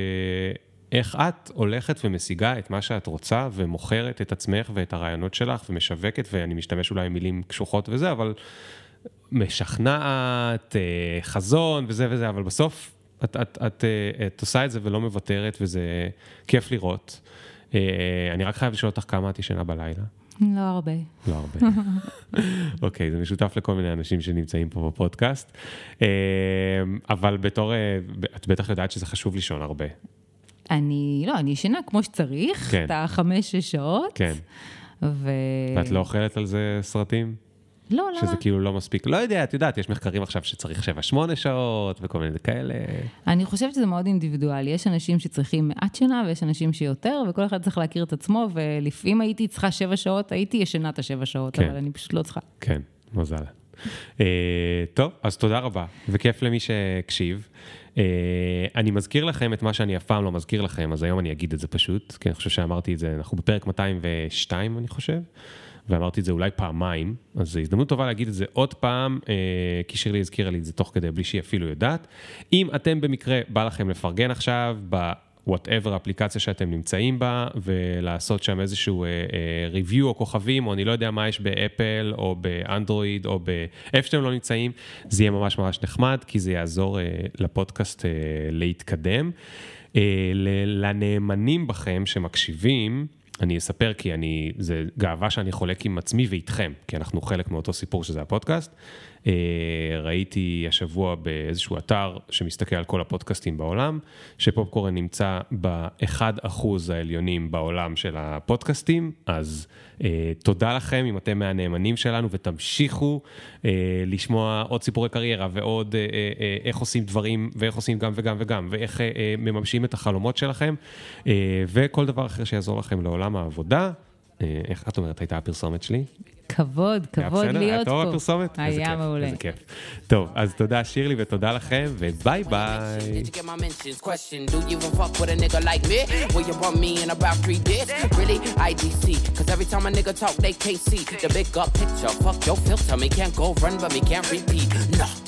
איך את הולכת ומשיגה את מה שאת רוצה, ומוכרת את עצמך ואת הרעיונות שלך, ומשווקת, ואני משתמש אולי מילים קשוחות וזה, אבל משכנעת, חזון וזה, אבל בסוף את עושה את זה ולא מוותרת, וזה כיף לראות. אני רק חייב לשאול אותך כמה את ישנה בלילה. לא הרבה. לא הרבה. אוקיי, זה משותף לכל מיני אנשים שנמצאים פה בפודקאסט. אבל את בטח יודעת שזה חשוב לישון הרבה. אני ישנה כמו שצריך, את 5-6 שעות. כן. ואת לא אוכלת על זה סרטים? לא. שזה כאילו לא מספיק. לא יודע, את יודעת, יש מחקרים עכשיו שצריך 7-8 שעות וכל מיני כאלה. אני חושבת שזה מאוד אינדיבידואלי. יש אנשים שצריכים מעט שינה ויש אנשים שיותר, וכל אחד צריך להכיר את עצמו, ולפעמים הייתי צריכה 7 שעות, הייתי ישנה את 7 שעות, אבל אני פשוט לא צריכה. כן, מזל. טוב, אז תודה רבה, וכיף למי שהקשיב. אני מזכיר לכם את מה שאני אף פעם לא מזכיר לכם, אז היום אני אגיד את זה פשוט, כי אני חושב שאמרתי את זה, אנחנו בפרק 202, אני חושב. ואמרתי את זה אולי פעמיים, אז זו הזדמנות טובה להגיד את זה עוד פעם, כי שירלי הזכירה לי את זה תוך כדי, בלי שהיא אפילו יודעת. אם אתם במקרה בא לכם לפרגן עכשיו, whatever אפליקציה שאתם נמצאים בה, ולעשות שם איזשהו review או כוכבים, או אני לא יודע מה יש באפל, או באנדרואיד, או באיפה שאתם לא נמצאים, זה יהיה ממש ממש נחמד, כי זה יעזור לפודקאסט להתקדם. לנאמנים בכם שמקשיבים, אני אספר כי זה גאווה שאני חולק עם עצמי ואיתכם, כי אנחנו חלק מאותו סיפור שזה הפודקאסט. ראיתי השבוע באיזשהו אתר שמסתכל על כל הפודקאסטים בעולם, שפופקורן נמצא ב1% העליונים בעולם של הפודקאסטים, אז תודה לכם אם אתם מהנאמנים שלנו, ותמשיכו לשמוע עוד סיפורי קריירה, ועוד איך עושים דברים, ואיך עושים גם וגם וגם, ואיך מממשים את החלומות שלכם, וכל דבר אחר שיעזור לכם לעולם העבודה. איך את אומרת, הייתה הפרסומת שלי? כבוד להיות פה. היה טוב הפרסומת? היה מעולה. איזה כיף. טוב, אז תודה שירלי ותודה לכם, וביי ביי. Really, IDC, 'cause every time a nigga talk, they can't see the big up picture. Fuck your filter, me can't go run, but me can't repeat. No.